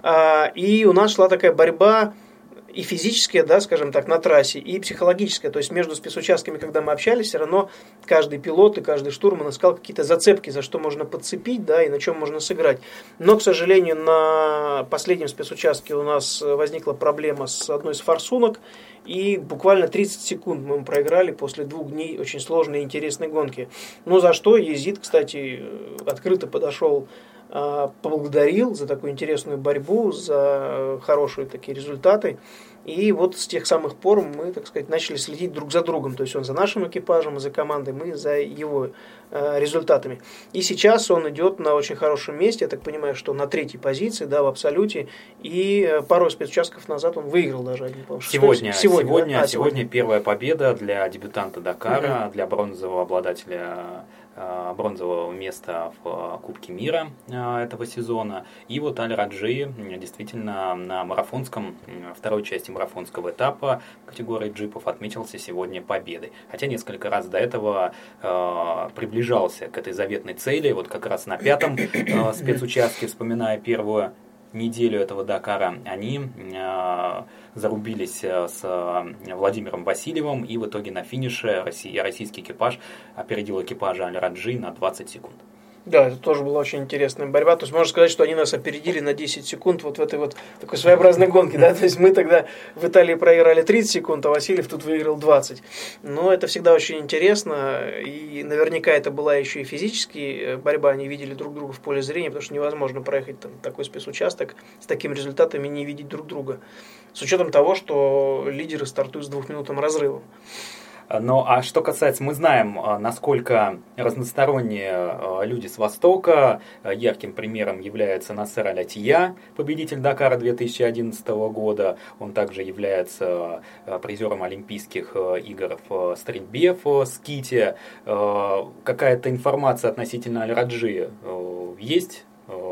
И у нас шла такая борьба и физическая, да, скажем так, на трассе, и психологическая. То есть между спецучастками, когда мы общались, все равно каждый пилот и каждый штурман искал какие-то зацепки, за что можно подцепить, да, и на чем можно сыграть. Но, к сожалению, на последнем спецучастке у нас возникла проблема с одной из форсунок, и буквально 30 секунд мы проиграли после 2 дней очень сложной и интересной гонки. Ну, за что Язид, кстати, открыто подошел, поблагодарил за такую интересную борьбу, за хорошие такие результаты. И вот с тех самых пор мы, так сказать, начали следить друг за другом. То есть он за нашим экипажем, за командой, мы за его результатами. И сейчас он идет на очень хорошем месте. Я так понимаю, что на 3-й позиции, да, в абсолюте. И пару спецучастков назад он выиграл даже один, по-моему, Сегодня первая победа для дебютанта Дакара, для бронзового обладателя бронзового места в Кубке мира этого сезона. И вот Аль-Раджи действительно на марафонском, второй части марафонского этапа категории джипов отметился сегодня победой. Хотя несколько раз до этого приближался к этой заветной цели. Вот как раз на 5-м спецучастке, вспоминая первую неделю этого Дакара, они зарубились с Владимиром Васильевым, и в итоге на финише российский экипаж опередил экипаж Аль-Раджи на 20 секунд. Да, это тоже была очень интересная борьба. То есть можно сказать, что они нас опередили на 10 секунд вот в этой вот такой своеобразной гонке. Да? То есть мы тогда в Италии проиграли 30 секунд, а Васильев тут выиграл 20. Но это всегда очень интересно. И наверняка это была еще и физически борьба. Они видели друг друга в поле зрения, потому что невозможно проехать там такой спецучасток с такими результатами и не видеть друг друга. С учетом того, что лидеры стартуют с 2-минутным разрывом. Ну, а что касается, мы знаем, насколько разносторонние люди с Востока. Ярким примером является Насер Аль-Аттия, победитель Дакара 2011 года. Он также является призером Олимпийских игр в стрельбе в ските. Какая-то информация относительно Аль-Раджи есть?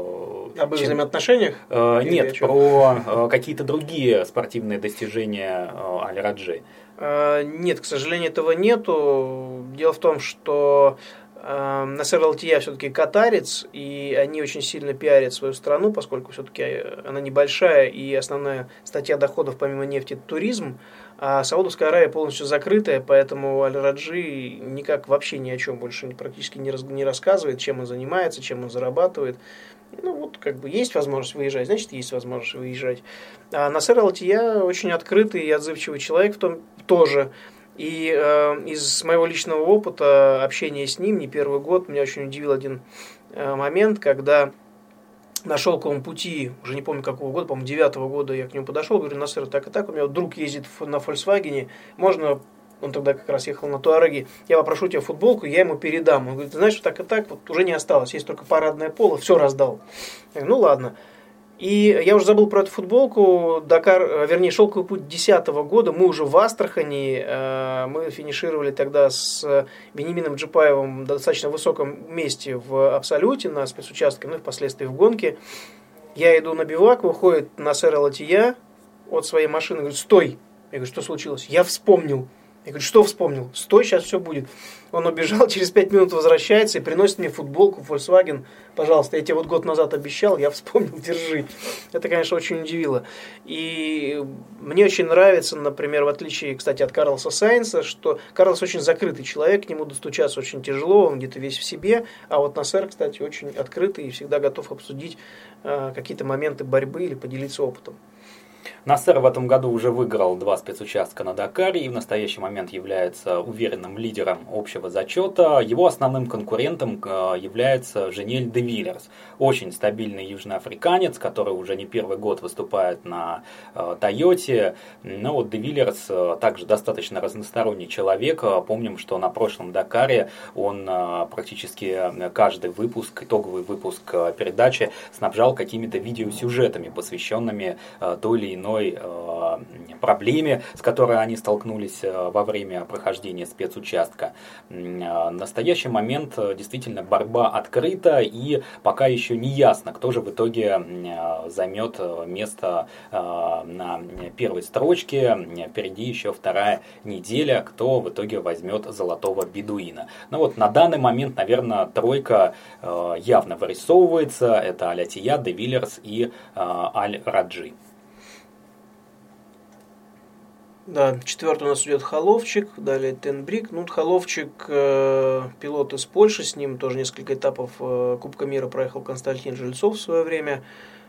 Об их взаимоотношениях? Нет, про какие-то другие спортивные достижения Аль-Раджи. Нет, к сожалению, этого нету. Дело в том, что Насер Аль-Аттия все-таки катарец, и они очень сильно пиарят свою страну, поскольку все-таки она небольшая, и основная статья доходов помимо нефти – это туризм. А Саудовская Аравия полностью закрытая, поэтому Аль-Раджи никак вообще ни о чем больше практически не рассказывает, чем он занимается, чем он зарабатывает. Ну вот, как бы есть возможность выезжать, значит есть возможность выезжать. А Насер Аль-Аттия очень открытый и отзывчивый человек в том тоже. И из моего личного опыта общения с ним, не первый год, меня очень удивил один момент, когда на шелковом пути, уже не помню какого года, по-моему, 9-го года я к нему подошел, говорю: Насер, так и так, у меня вот друг ездит на Volkswagen, можно он тогда как раз ехал на Туареге, я попрошу тебя футболку, я ему передам. Он говорит, ты знаешь, так и так, вот уже не осталось, есть только парадное поло, все раздал. Я говорю, ну ладно. И я уже забыл про эту футболку, «Шелковый путь» 2010 года, мы уже в Астрахани, мы финишировали тогда с Бенемином Джипаевым в достаточно высоком месте в Абсолюте на спецучастке, ну и впоследствии в гонке. Я иду на бивак, выходит Насер Алатия от своей машины, говорит, стой. Я говорю, что случилось? Я вспомнил. Я говорю, что вспомнил? Стой, сейчас все будет. Он убежал, через 5 минут возвращается и приносит мне футболку Volkswagen. Пожалуйста, я тебе вот год назад обещал, я вспомнил, держи. Это, конечно, очень удивило. И мне очень нравится, например, в отличие, кстати, от Карлоса Сайнса, что Карлос очень закрытый человек, к нему достучаться очень тяжело, он где-то весь в себе. А вот Насер, кстати, очень открытый и всегда готов обсудить какие-то моменты борьбы или поделиться опытом. Насер в этом году уже выиграл 2 спецучастка на Дакаре и в настоящий момент является уверенным лидером общего зачета. Его основным конкурентом является Женель де Виллерс. Очень стабильный южноафриканец, который уже не первый год выступает на Тойоте. Но вот де Виллерс также достаточно разносторонний человек. Помним, что на прошлом Дакаре он практически каждый выпуск, итоговый выпуск передачи снабжал какими-то видеосюжетами, посвященными той или иной проблеме, с которой они столкнулись во время прохождения спецучастка. В настоящий момент действительно борьба открыта, и пока еще не ясно, кто же в итоге займет место на первой строчке. Впереди еще 2-я неделя, кто в итоге возьмет золотого бедуина. Но вот на данный момент, наверное, тройка явно вырисовывается. Это Алатия, де Виллерс и Аль-Раджи. Да, 4-й у нас идет Холовчик, далее Тенбрик. Ну, Холовчик, пилот из Польши, с ним тоже несколько этапов Кубка мира проехал Константин Жильцов в свое время.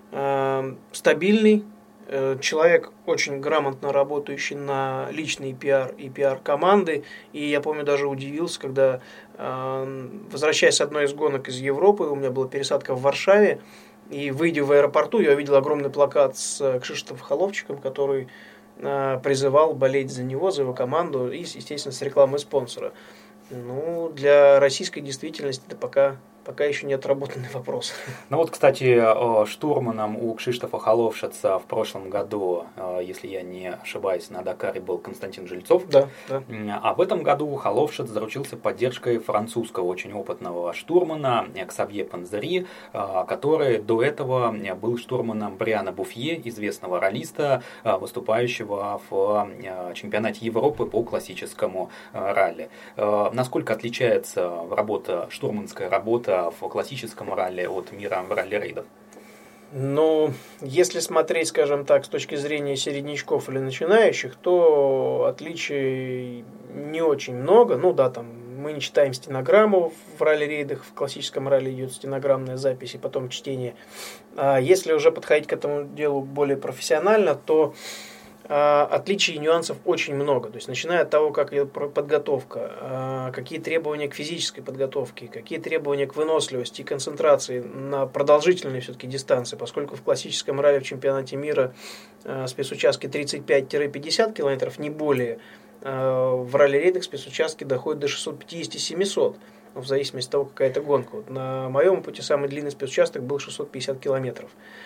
Стабильный, человек очень грамотно работающий на личный пиар и пиар команды. И я помню, даже удивился, когда, возвращаясь с одной из гонок из Европы, у меня была пересадка в Варшаве, и выйдя в аэропорту, я увидел огромный плакат с Кшиштофом Холовчиком, который призывал болеть за него, за его команду и, естественно, с рекламой спонсора. Ну, для российской действительности это пока еще не отработанный вопрос. Ну вот, кстати, штурманом у Кшиштофа Холовшица в прошлом году, если я не ошибаюсь, на Дакаре был Константин Жильцов. Да. А в этом году Холовшиц заручился поддержкой французского очень опытного штурмана Ксавье Панзери, который до этого был штурманом Бриана Буфье, известного раллиста, выступающего в чемпионате Европы по классическому ралли. Насколько отличается штурманская работа в классическом ралли от мира ралли-рейдов? Ну, если смотреть, скажем так, с точки зрения середнячков или начинающих, то отличий не очень много. Ну да, там мы не читаем стенограмму в ралли-рейдах, в классическом ралли идет стенограммная запись и потом чтение. А если уже подходить к этому делу более профессионально, отличий и нюансов очень много. То есть, начиная от того, как идет подготовка, какие требования к физической подготовке, какие требования к выносливости и концентрации на продолжительной все-таки дистанции, поскольку в классическом ралли в чемпионате мира спецучастки 35-50 километров, не более, в ралли-рейдах спецучастки доходят до 650-700, в зависимости от того, какая это гонка. Вот на моем пути самый длинный спецучасток был 650 километров.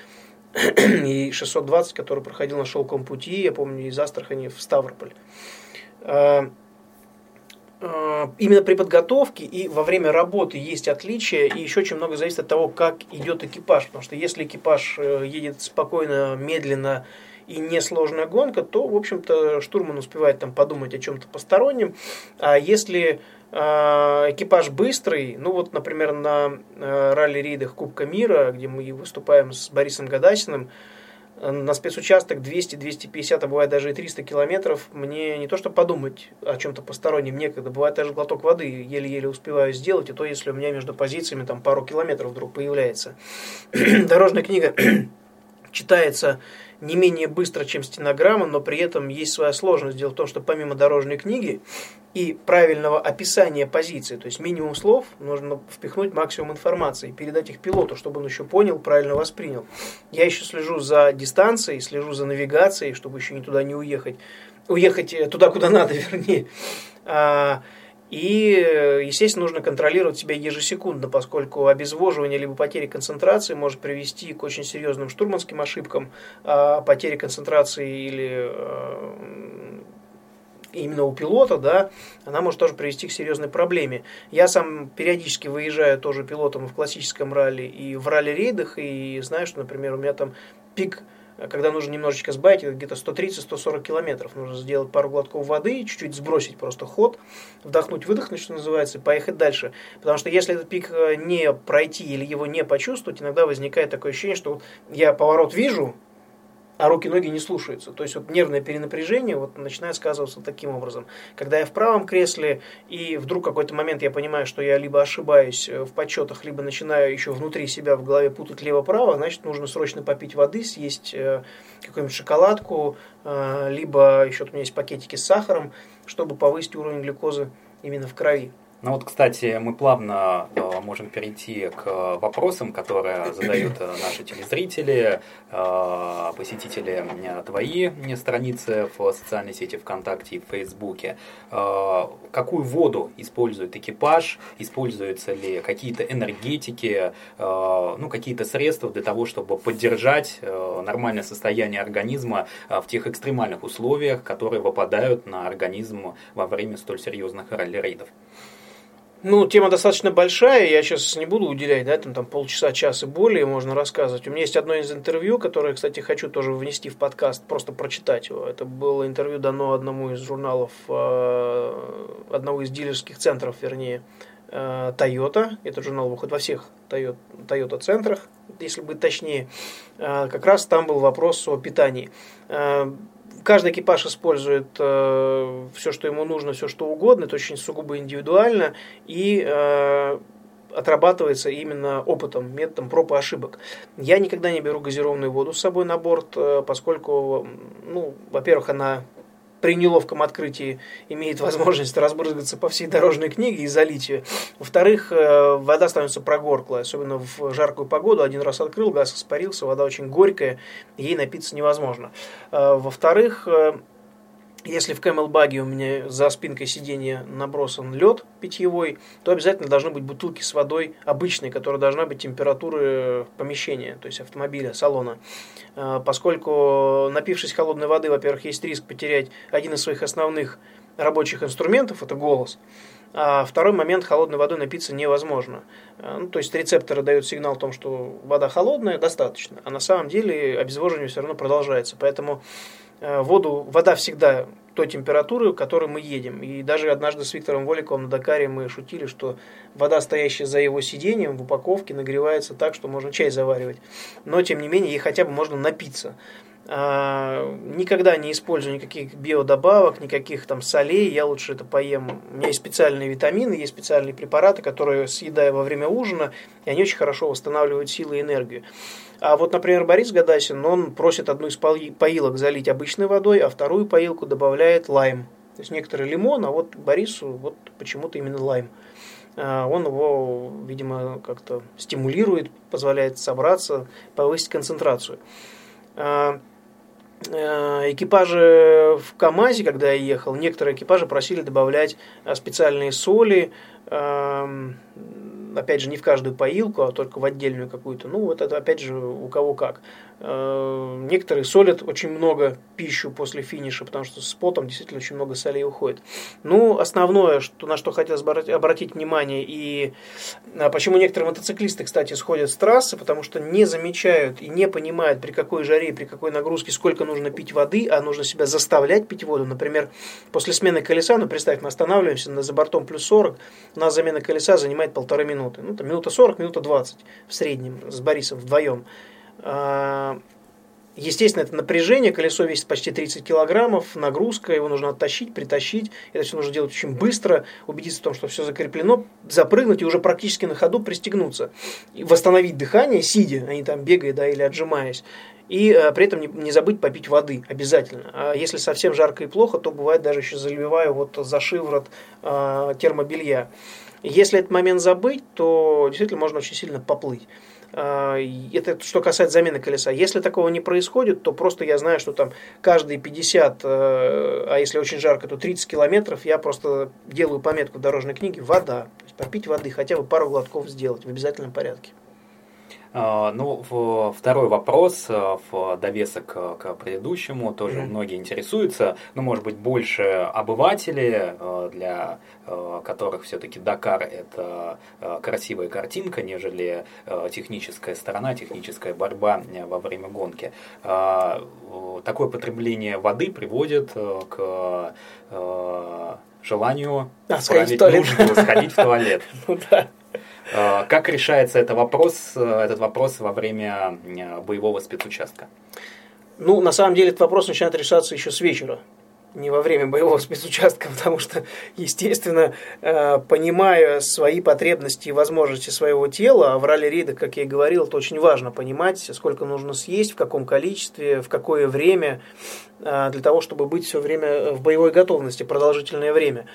И 620, который проходил на Шелковом пути, я помню, из Астрахани в Ставрополь. Именно при подготовке и во время работы есть отличия, и еще очень много зависит от того, как идет экипаж. Потому что если экипаж едет спокойно, медленно и несложная гонка, то, в общем-то, штурман успевает там подумать о чем-то постороннем. А если экипаж быстрый, ну вот, например, на ралли-рейдах Кубка мира, где мы выступаем с Борисом Гадасиным, на спецучасток 200-250, а бывает даже и 300 километров, мне не то что подумать о чем-то постороннем некогда, бывает даже глоток воды еле-еле успеваю сделать, и то, если у меня между позициями там пару километров вдруг появляется. Дорожная книга читается не менее быстро, чем стенограмма, но при этом есть своя сложность. Дело в том, что помимо дорожной книги и правильного описания позиции, то есть минимум слов, нужно впихнуть максимум информации, передать их пилоту, чтобы он еще понял, правильно воспринял. Я еще слежу за дистанцией, слежу за навигацией, чтобы еще туда не уехать. Уехать туда, куда надо, вернее. И, естественно, нужно контролировать себя ежесекундно, поскольку обезвоживание либо потеря концентрации может привести к очень серьезным штурманским ошибкам, потеря концентрации или именно у пилота, да, она может тоже привести к серьезной проблеме. Я сам периодически выезжаю тоже пилотом в классическом ралли и в ралли-рейдах, и знаю, что, например, у меня там пик, когда нужно немножечко сбавить, где-то 130-140 километров. Нужно сделать пару глотков воды, чуть-чуть сбросить просто ход, вдохнуть-выдохнуть, что называется, и поехать дальше. Потому что если этот пик не пройти или его не почувствовать, иногда возникает такое ощущение, что вот я поворот вижу, а руки-ноги не слушаются. То есть вот нервное перенапряжение вот начинает сказываться таким образом. Когда я в правом кресле, и вдруг в какой-то момент я понимаю, что я либо ошибаюсь в подсчетах, либо начинаю еще внутри себя в голове путать лево-право, значит, нужно срочно попить воды, съесть какую-нибудь шоколадку, либо еще у меня есть пакетики с сахаром, чтобы повысить уровень глюкозы именно в крови. Ну вот, кстати, мы плавно можем перейти к вопросам, которые задают наши телезрители, посетители твои страницы в социальной сети ВКонтакте и в Фейсбуке. Какую воду использует экипаж? Используются ли какие-то энергетики, какие-то средства для того, чтобы поддержать нормальное состояние организма в тех экстремальных условиях, которые выпадают на организм во время столь серьезных ралли-рейдов? Тема достаточно большая, я сейчас не буду уделять, там полчаса, час и более можно рассказывать. У меня есть одно из интервью, которое, кстати, хочу тоже внести в подкаст, просто прочитать его. Это было интервью дано одному из журналов, одного из дилерских центров, вернее, Toyota. Этот журнал выходит во всех Toyota-центрах, если быть точнее. Как раз там был вопрос о питании. Каждый экипаж использует все, что ему нужно, все, что угодно. Это очень сугубо индивидуально и отрабатывается именно опытом, методом проб и ошибок. Я никогда не беру газированную воду с собой на борт, поскольку, во-первых, она при неловком открытии имеет возможность разбрызгаться по всей дорожной книге и залить ее. Во-вторых, вода становится прогорклой, особенно в жаркую погоду. Один раз открыл, газ испарился, вода очень горькая, ей напиться невозможно. Во-вторых, если в Camelbag у меня за спинкой сиденья набросан лед питьевой, то обязательно должны быть бутылки с водой обычной, которая должна быть температуры помещения, то есть автомобиля, салона. Поскольку, напившись холодной воды, во-первых, есть риск потерять один из своих основных рабочих инструментов, это голос. А второй момент, холодной водой напиться невозможно. То есть рецепторы дают сигнал о том, что вода холодная, достаточно. А на самом деле обезвоживание все равно продолжается. Поэтому вода всегда той температуры, к которой мы едем. И даже однажды с Виктором Воликовым на Дакаре мы шутили, что вода, стоящая за его сиденьем в упаковке, нагревается так, что можно чай заваривать. Но, тем не менее, ей хотя бы можно напиться. Никогда не использую никаких биодобавок, никаких там солей, я лучше это поем. У меня есть специальные витамины, есть специальные препараты, которые съедаю во время ужина, и они очень хорошо восстанавливают силы и энергию. А вот, например, Борис Гадасин, он просит одну из поилок залить обычной водой, а вторую поилку добавляет лайм. То есть некоторые лимон, а вот Борису вот почему-то именно лайм. Он его, видимо, как-то стимулирует, позволяет собраться, повысить концентрацию. Экипажи в КАМАЗе, когда я ехал, некоторые экипажи просили добавлять специальные соли, опять же, не в каждую поилку, а только в отдельную какую-то. Вот это, опять же, у кого как. Некоторые солят очень много пищу после финиша, потому что с потом действительно очень много солей уходит. Основное, на что хотелось бы обратить внимание, и почему некоторые мотоциклисты, кстати, сходят с трассы, потому что не замечают и не понимают, при какой жаре, при какой нагрузке, сколько нужно пить воды, а нужно себя заставлять пить воду. Например, после смены колеса, представь, мы останавливаемся за бортом плюс 40, у нас замена колеса занимает 1,5 минуты. Минута 40, минута 20 в среднем с Борисом вдвоем. Естественно, это напряжение, колесо весит почти 30 килограммов, нагрузка, его нужно оттащить, притащить. Это все нужно делать очень быстро, убедиться в том, что все закреплено, запрыгнуть и уже практически на ходу пристегнуться. И восстановить дыхание, сидя, а не там бегая, да, или отжимаясь. И при этом не забыть попить воды обязательно. А если совсем жарко и плохо, то бывает даже еще заливаю вот за шиворот термобелья. Если этот момент забыть, то действительно можно очень сильно поплыть. Это что касается замены колеса. Если такого не происходит, то просто я знаю, что там каждые 50, а если очень жарко, то 30 километров, я просто делаю пометку в дорожной книге «вода». То есть попить воды, хотя бы пару глотков сделать в обязательном порядке. Ну, второй вопрос в довесок к предыдущему, тоже многие интересуются, но, может быть, больше обыватели, для которых все-таки Дакар – это красивая картинка, нежели техническая сторона, техническая борьба во время гонки. Такое потребление воды приводит к желанию справить нужду, сходить в туалет. Как решается этот вопрос во время боевого спецучастка? Ну, на самом деле, этот вопрос начинает решаться еще с вечера, не во время боевого спецучастка, потому что, естественно, понимая свои потребности и возможности своего тела, а в ралли-рейдах, как я и говорил, это очень важно понимать, сколько нужно съесть, в каком количестве, в какое время, для того, чтобы быть все время в боевой готовности продолжительное время.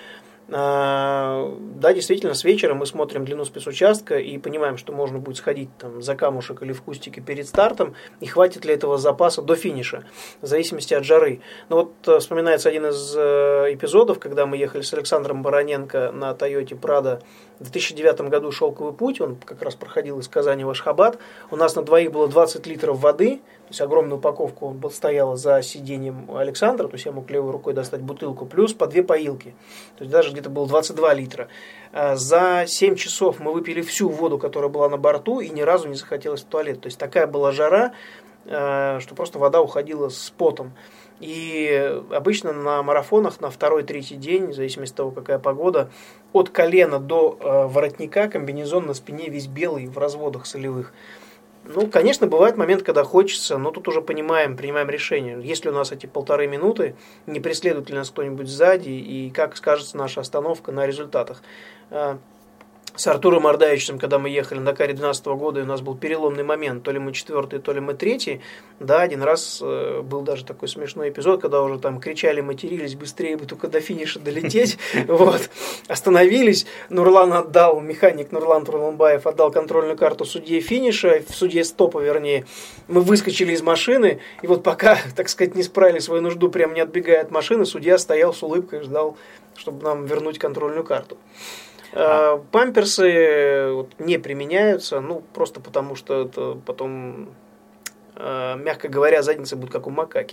Да, действительно, с вечера мы смотрим длину спецучастка и понимаем, что можно будет сходить там, за камушек или в кустики перед стартом, и хватит ли этого запаса до финиша, в зависимости от жары. Но вот вспоминается один из эпизодов, когда мы ехали с Александром Бароненко на Тойоте Прадо в 2009 году «Шелковый путь», он как раз проходил из Казани в Ашхабад, у нас на двоих было 20 литров воды, то есть огромную упаковку стояла за сиденьем у Александра, то есть я мог левой рукой достать бутылку, плюс по 2 поилки, то есть даже где-то было 22 литра. За 7 часов мы выпили всю воду, которая была на борту, и ни разу не захотелось в туалет. То есть такая была жара, что просто вода уходила с потом. И обычно на марафонах на 2-3 день, в зависимости от того, какая погода, от колена до воротника комбинезон на спине весь белый в разводах солевых. Ну, конечно, бывает момент, когда хочется, но тут уже принимаем решение. Есть ли у нас эти 1,5 минуты, не преследует ли нас кто-нибудь сзади, и как скажется наша остановка на результатах. С Артуром Ардаевичем, когда мы ехали на Дакаре 2012 года, и у нас был переломный момент, то ли мы 4-й, то ли мы 3-й, да, один раз был даже такой смешной эпизод, когда уже там кричали, матерились, быстрее бы только до финиша долететь, вот, остановились, механик Нурлан Турланбаев отдал контрольную карту судье финиша, судье стопа, вернее, мы выскочили из машины, и вот пока, так сказать, не справили свою нужду, прям не отбегая от машины, судья стоял с улыбкой, ждал, чтобы нам вернуть контрольную карту. Памперсы не применяются, просто потому что это потом, мягко говоря, задница будет как у макаки.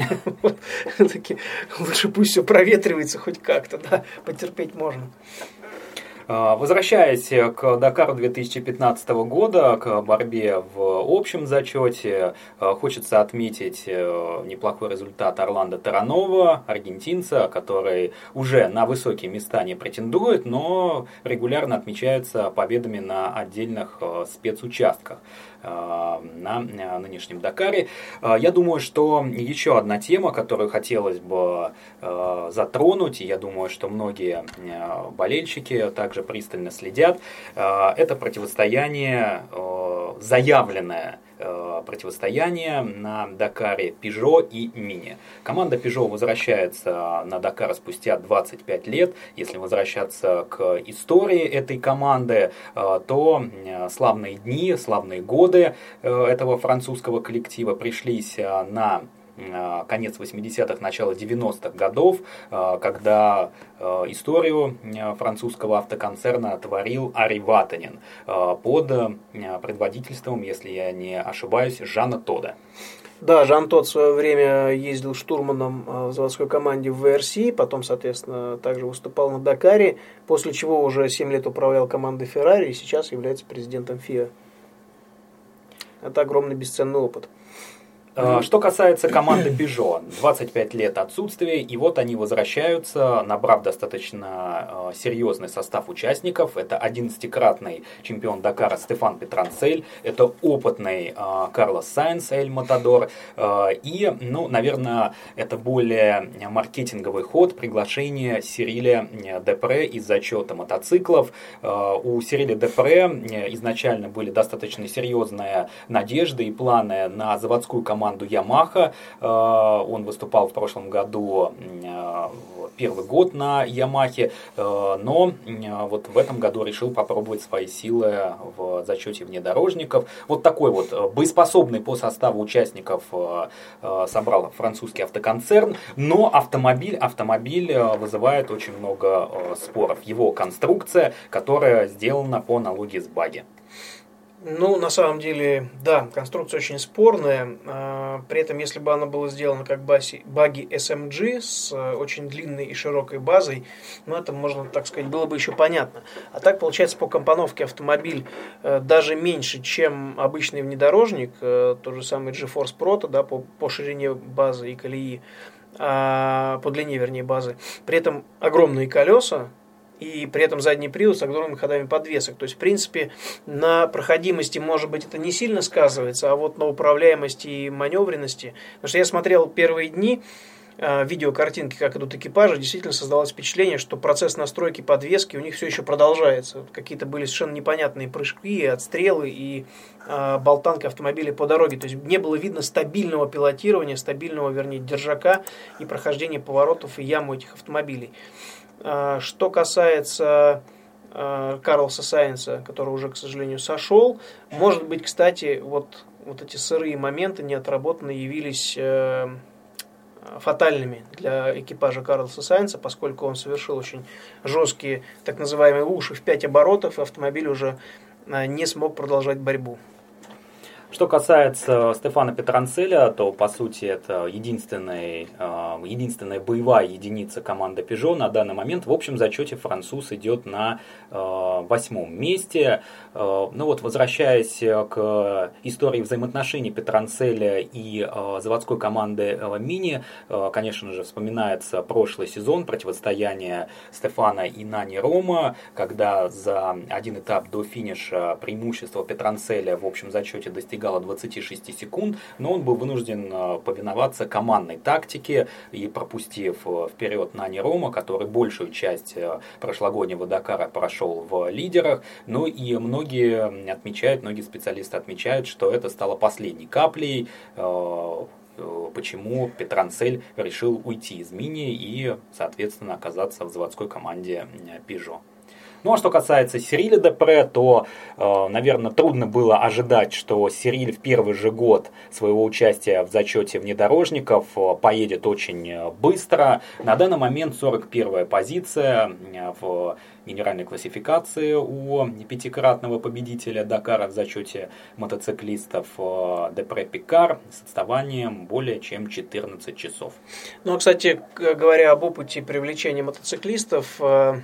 Лучше пусть все проветривается хоть как-то, да, потерпеть можно. Возвращаясь к Дакару 2015 года, к борьбе в общем зачете, хочется отметить неплохой результат Орландо Терранова, аргентинца, который уже на высокие места не претендует, но регулярно отмечается победами на отдельных спецучастках на нынешнем Дакаре. Я думаю, что еще одна тема, которую хотелось бы затронуть, и я думаю, что многие болельщики также пристально следят, это противостояние, заявленное противостояние на Дакаре Peugeot и Mini. Команда Peugeot возвращается на Дакар спустя 25 лет. Если возвращаться к истории этой команды, то славные дни, славные годы этого французского коллектива пришлись на конец 80-х, начало 90-х годов, когда историю французского автоконцерна творил Ари Ватанен под предводительством, если я не ошибаюсь, Жана Тода. Да, Жан Тод в свое время ездил штурманом в заводской команде в ВРС, потом, соответственно, также выступал на Дакаре, после чего уже 7 лет управлял командой Феррари и сейчас является президентом ФИА. Это огромный бесценный опыт. Что касается команды Peugeot, 25 лет отсутствия, и вот они возвращаются, набрав достаточно серьезный состав участников. Это 11-кратный чемпион Дакара Стефан Петранцель, это опытный Карлос Сайнс, Эль Матадор, и, наверное, это более маркетинговый ход приглашение Сириля Депре из зачета мотоциклов. У Сириля Депре изначально были достаточно серьезные надежды и планы на заводскую команду Yamaha. Он выступал в прошлом году первый год на Ямахе, но вот в этом году решил попробовать свои силы в зачете внедорожников. Вот такой вот боеспособный по составу участников собрал французский автоконцерн, но автомобиль вызывает очень много споров. Его конструкция, которая сделана по аналогии с багги. На самом деле, да, конструкция очень спорная. При этом, если бы она была сделана как багги SMG с очень длинной и широкой базой, это, можно так сказать, было бы еще понятно. А так, получается, по компоновке автомобиль даже меньше, чем обычный внедорожник, тот же самый GeForce Proto, да, по ширине базы и колеи, по длине, вернее, базы. При этом огромные колеса, и при этом задний привод с огромными ходами подвесок. То есть, в принципе, на проходимости, может быть, это не сильно сказывается, а вот на управляемости и маневренности. Потому что я смотрел первые дни видеокартинки, как идут экипажи, действительно создалось впечатление, что процесс настройки подвески у них все еще продолжается. Какие-то были совершенно непонятные прыжки, отстрелы и болтанка автомобиля по дороге. То есть, не было видно стабильного пилотирования, стабильного, вернее, держака и прохождения поворотов и ям у этих автомобилей. Что касается Карлоса Сайнса, который уже, к сожалению, сошел, может быть, кстати, вот эти сырые моменты неотработанные явились фатальными для экипажа Карлоса Сайнса, поскольку он совершил очень жесткие так называемые уши в 5 оборотов, и автомобиль уже не смог продолжать борьбу. Что касается Стефана Петранцеля, то, по сути, это единственная боевая единица команды Peugeot на данный момент. В общем зачете француз идет на 8-м месте. Возвращаясь к истории взаимоотношений Петранцеля и заводской команды Мини, конечно же, вспоминается прошлый сезон противостояния Стефана и Нани Рома, когда за один этап до финиша преимущество Петранцеля в общем зачете достигало 26 секунд, но он был вынужден повиноваться командной тактике и, пропустив вперед Нани Рома, который большую часть прошлогоднего Дакара прошел в лидерах. И многие специалисты отмечают, что это стало последней каплей, почему Петранцель решил уйти из Мини и, соответственно, оказаться в заводской команде Peugeot. А что касается Сириля Депре, то, наверное, трудно было ожидать, что Сириль в первый же год своего участия в зачете внедорожников поедет очень быстро. На данный момент 41-я позиция в генеральной классификации у пятикратного победителя Дакара в зачете мотоциклистов Депре Пикар с отставанием более чем 14 часов. Кстати, говоря об опыте привлечения мотоциклистов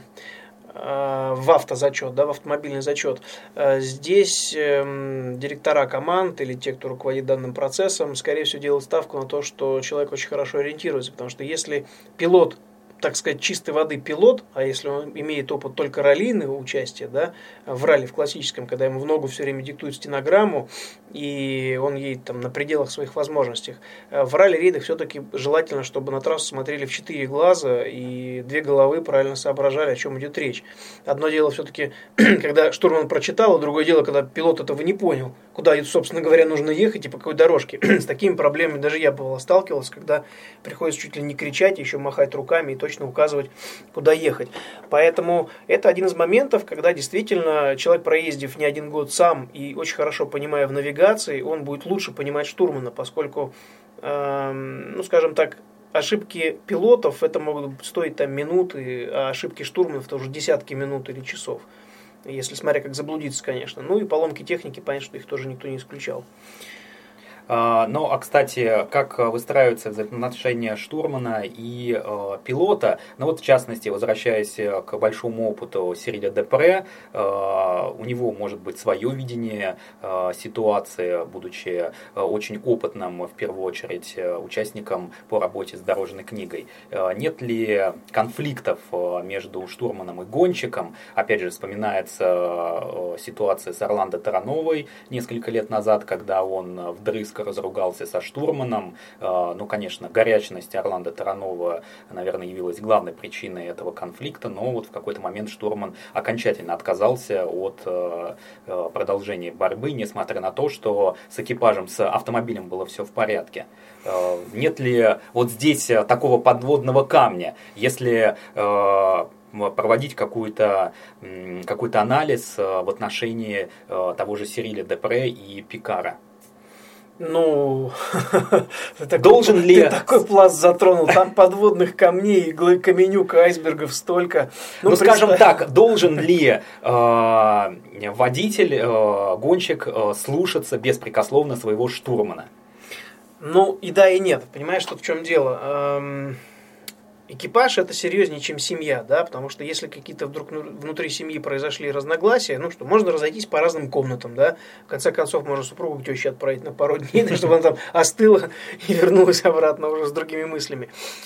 в автозачет, в автомобильный зачет. Здесь директора команд или те, кто руководит данным процессом, скорее всего, делают ставку на то, что человек очень хорошо ориентируется. Потому что если пилот, так сказать, чистой воды пилот, а если он имеет опыт только раллийного участия, в ралли, в классическом, когда ему в ногу все время диктуют стенограмму, и он едет на пределах своих возможностей, в ралли-рейдах все-таки желательно, чтобы на трассу смотрели в 4 глаза и 2 головы правильно соображали, о чем идет речь. Одно дело все-таки, когда штурман прочитал, а другое дело, когда пилот этого не понял, куда, собственно говоря, нужно ехать и по какой дорожке. С такими проблемами даже я бывало сталкивался, когда приходится чуть ли не кричать, еще махать руками и точно указывать, куда ехать. Поэтому это один из моментов, когда действительно человек, проездив не один год сам и очень хорошо понимая в навигации, он будет лучше понимать штурмана, поскольку, скажем так, ошибки пилотов это могут стоить минуты, а ошибки штурманов это уже десятки минут или часов. Если смотря как заблудиться, конечно. И поломки техники, понятно, что их тоже никто не исключал. Кстати, как выстраиваются взаимоотношения штурмана и пилота, в частности, возвращаясь к большому опыту Сириля Депре, у него может быть свое видение ситуации, будучи очень опытным, в первую очередь, участником по работе с дорожной книгой. Нет ли конфликтов между штурманом и гонщиком? Опять же, вспоминается ситуация с Орландо Тарановой несколько лет назад, когда он вдрызг разругался со штурманом. Конечно, горячность Орландо Таранова, наверное, явилась главной причиной этого конфликта, но в какой-то момент штурман окончательно отказался от продолжения борьбы, несмотря на то, что с экипажем, с автомобилем было все в порядке. Нет ли здесь такого подводного камня, если проводить какой-то анализ в отношении того же Сириля Депре и Пикара? Должен ли... Ты такой пласт затронул, там подводных камней, иглы, каменюк, айсбергов столько. Скажем так, должен ли водитель, гонщик слушаться беспрекословно своего штурмана? И да, и нет. Понимаешь, тут в чем дело? Экипаж это серьезнее, чем семья, да, потому что если какие-то вдруг внутри семьи произошли разногласия, можно разойтись по разным комнатам, да, в конце концов можно супругу к теще отправить на пару дней, чтобы она там остыла и вернулась обратно уже с другими мыслями.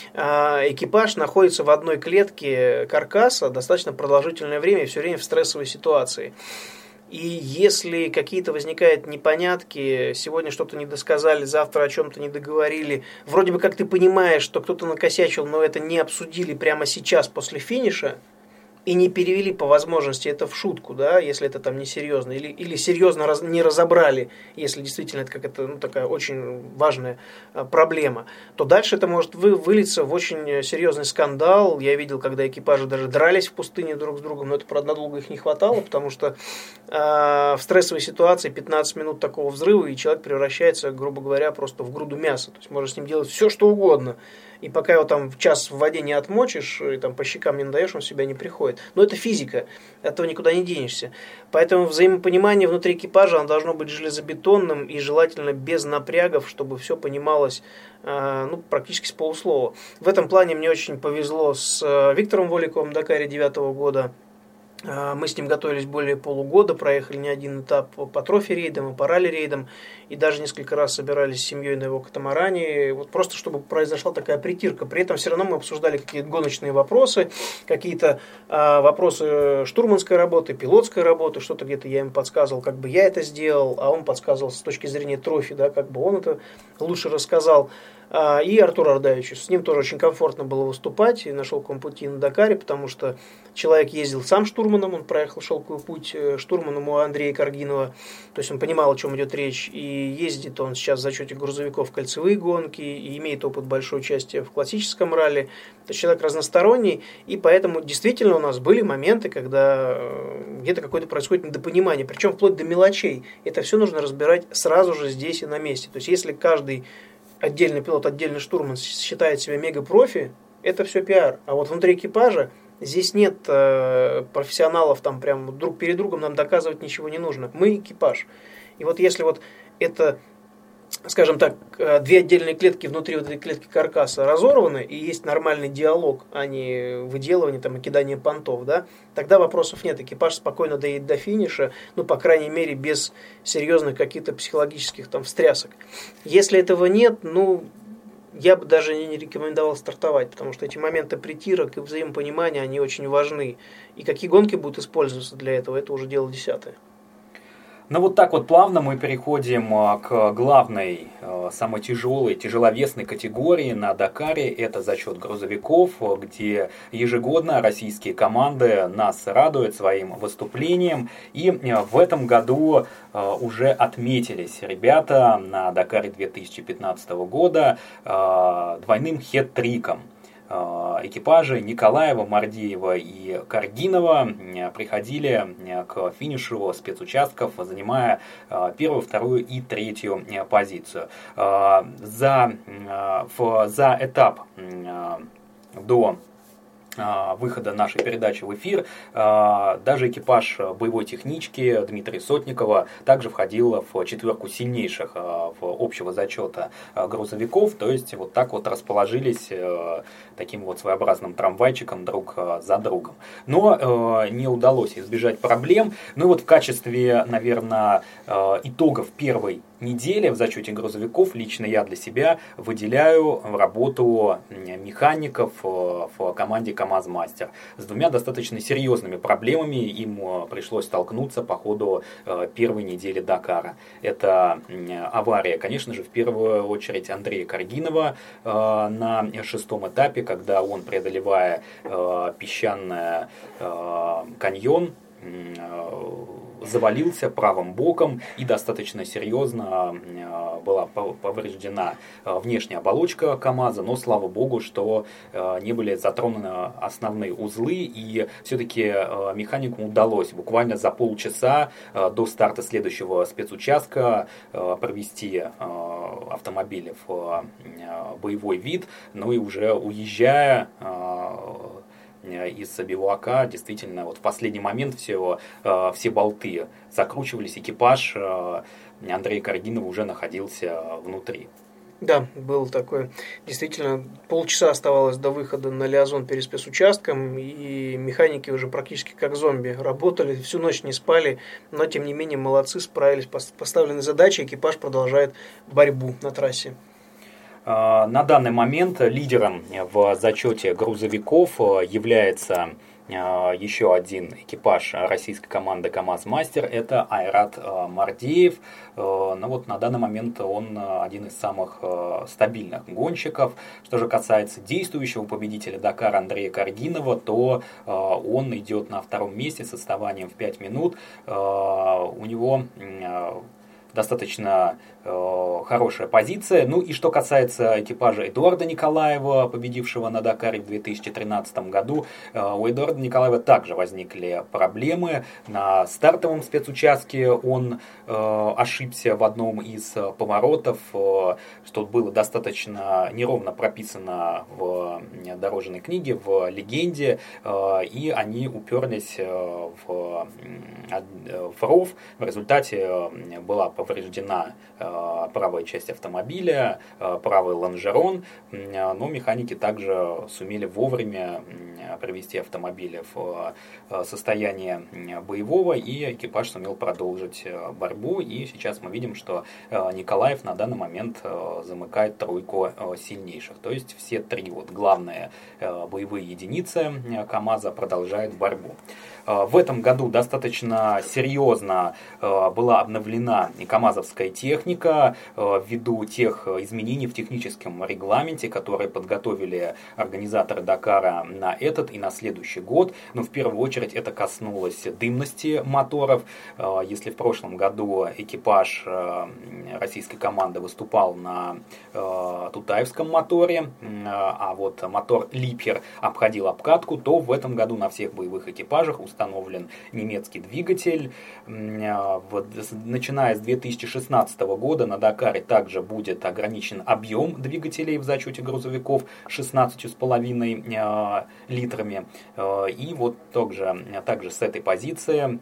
Экипаж находится в одной клетке каркаса достаточно продолжительное время и все время в стрессовой ситуации. И если какие-то возникают непонятки, сегодня что-то не досказали, завтра о чем-то не договорили, вроде бы как ты понимаешь, что кто-то накосячил, но это не обсудили прямо сейчас после финиша, и не перевели по возможности это в шутку, да, если это там несерьезно, или серьезно не разобрали, если действительно это какая-то такая очень важная проблема, то дальше это может вылиться в очень серьезный скандал. Я видел, когда экипажи даже дрались в пустыне друг с другом, но это, правда, надолго их не хватало, потому что в стрессовой ситуации 15 минут такого взрыва, и человек превращается, грубо говоря, просто в груду мяса. То есть можно с ним делать все, что угодно. И пока его там в час в воде не отмочишь, и там по щекам не надаешь, он в себя не приходит. Но это физика, от этого никуда не денешься. Поэтому взаимопонимание внутри экипажа оно должно быть железобетонным и желательно без напрягов, чтобы все понималось практически с полуслова. В этом плане мне очень повезло с Виктором Воликовым в Дакаре 2009 года. Мы с ним готовились более полугода, проехали не один этап по трофи-рейдам и по ралли-рейдам, и даже несколько раз собирались с семьей на его катамаране, просто чтобы произошла такая притирка. При этом все равно мы обсуждали какие-то гоночные вопросы, какие-то вопросы штурманской работы, пилотской работы, что-то где-то я им подсказывал, как бы я это сделал, а он подсказывал с точки зрения трофи, да, как бы он это лучше рассказал. И Артур Ардавич, с ним тоже очень комфортно было выступать, и на шелковом пути на Дакаре, потому что человек ездил сам штурманом, он проехал шелковый путь штурманом у Андрея Каргинова, то есть он понимал, о чем идет речь, и ездит он сейчас в зачете грузовиков в кольцевые гонки, и имеет опыт большого участия в классическом ралли, то есть человек разносторонний, и поэтому действительно у нас были моменты, когда где-то какое-то происходит недопонимание, причем вплоть до мелочей, это все нужно разбирать сразу же здесь и на месте, то есть если каждый отдельный пилот, отдельный штурман считает себя мега-профи, это все пиар. А вот внутри экипажа здесь нет профессионалов, там прям друг перед другом нам доказывать ничего не нужно. Мы экипаж. И вот если вот это, скажем так, две отдельные клетки внутри вот этой клетки каркаса разорваны, и есть нормальный диалог, а не выделывание там, и кидание понтов, да, тогда вопросов нет. Экипаж спокойно доедет до финиша, по крайней мере, без серьезных каких-то психологических там встрясок. Если этого нет, я бы даже не рекомендовал стартовать, потому что эти моменты притирок и взаимопонимания, они очень важны. И какие гонки будут использоваться для этого, это уже дело десятое. Так вот плавно мы переходим к главной, самой тяжелой, тяжеловесной категории на Дакаре. Это зачет грузовиков, где ежегодно российские команды нас радуют своим выступлением. И в этом году уже отметились ребята на Дакаре 2015 года двойным хет-триком. Экипажи Николаева, Мардеева и Каргинова приходили к финишу спецучастков, занимая первую, вторую и третью позицию. За этап до выхода нашей передачи в эфир, даже экипаж боевой технички Дмитрия Сотникова также входил в четверку сильнейших общего зачета грузовиков, то есть вот так вот расположились таким вот своеобразным трамвайчиком друг за другом. Но не удалось избежать проблем. Ну и вот в качестве, наверное, итогов первой недели в зачете грузовиков лично я для себя выделяю работу механиков в команде КамАЗ-Мастер. С двумя достаточно серьезными проблемами им пришлось столкнуться по ходу первой недели Дакара. Это авария, конечно же, в первую очередь Андрея Каргинова на 6-м этапе, когда он, преодолевая песчаный каньон, завалился правым боком и достаточно серьезно была повреждена внешняя оболочка КамАЗа, но слава богу, что не были затронуты основные узлы, и все-таки механику удалось буквально за полчаса до старта следующего спецучастка провести автомобиль в боевой вид, ну и уже уезжая из бивуака, действительно, вот в последний момент все болты закручивались, экипаж Андрея Каргинова уже находился внутри. Да, было такое. Действительно, полчаса оставалось до выхода на Лиазон перед спецучастком, и механики уже практически как зомби работали, всю ночь не спали, но тем не менее молодцы, справились с поставленной задачей, экипаж продолжает борьбу на трассе. На данный момент лидером в зачете грузовиков является еще один экипаж российской команды КамАЗ-Мастер, это Айрат Мардеев. Но вот на данный момент он один из самых стабильных гонщиков. Что же касается действующего победителя Дакара Андрея Каргинова, то он идет на втором месте с отставанием в 5 минут. У него достаточно хорошая позиция. Ну и что касается экипажа Эдуарда Николаева, победившего на Дакаре в 2013 году, у Эдуарда Николаева также возникли проблемы. На стартовом спецучастке он ошибся в одном из поворотов, что было достаточно неровно прописано в дорожной книге, в легенде, и они уперлись в ров. В результате была повреждена правая часть автомобиля, правый лонжерон, но механики также сумели вовремя привести автомобиль в состояние боевого, и экипаж сумел продолжить борьбу, и сейчас мы видим, что Николаев на данный момент замыкает тройку сильнейших, то есть все три вот главные боевые единицы КамАЗа продолжают борьбу. В этом году достаточно серьезно была обновлена КамАЗовская техника ввиду тех изменений в техническом регламенте, которые подготовили организаторы Дакара на этот и на следующий год. Но в первую очередь это коснулось дымности моторов. Если в прошлом году экипаж российской команды выступал на Тутаевском моторе, а вот мотор Липхер обходил обкатку, то в этом году на всех боевых экипажах установлен немецкий двигатель. Начиная с 2016 года на Дакаре также будет ограничен объем двигателей в зачете грузовиков 16,5 литрами. И вот также с этой позиции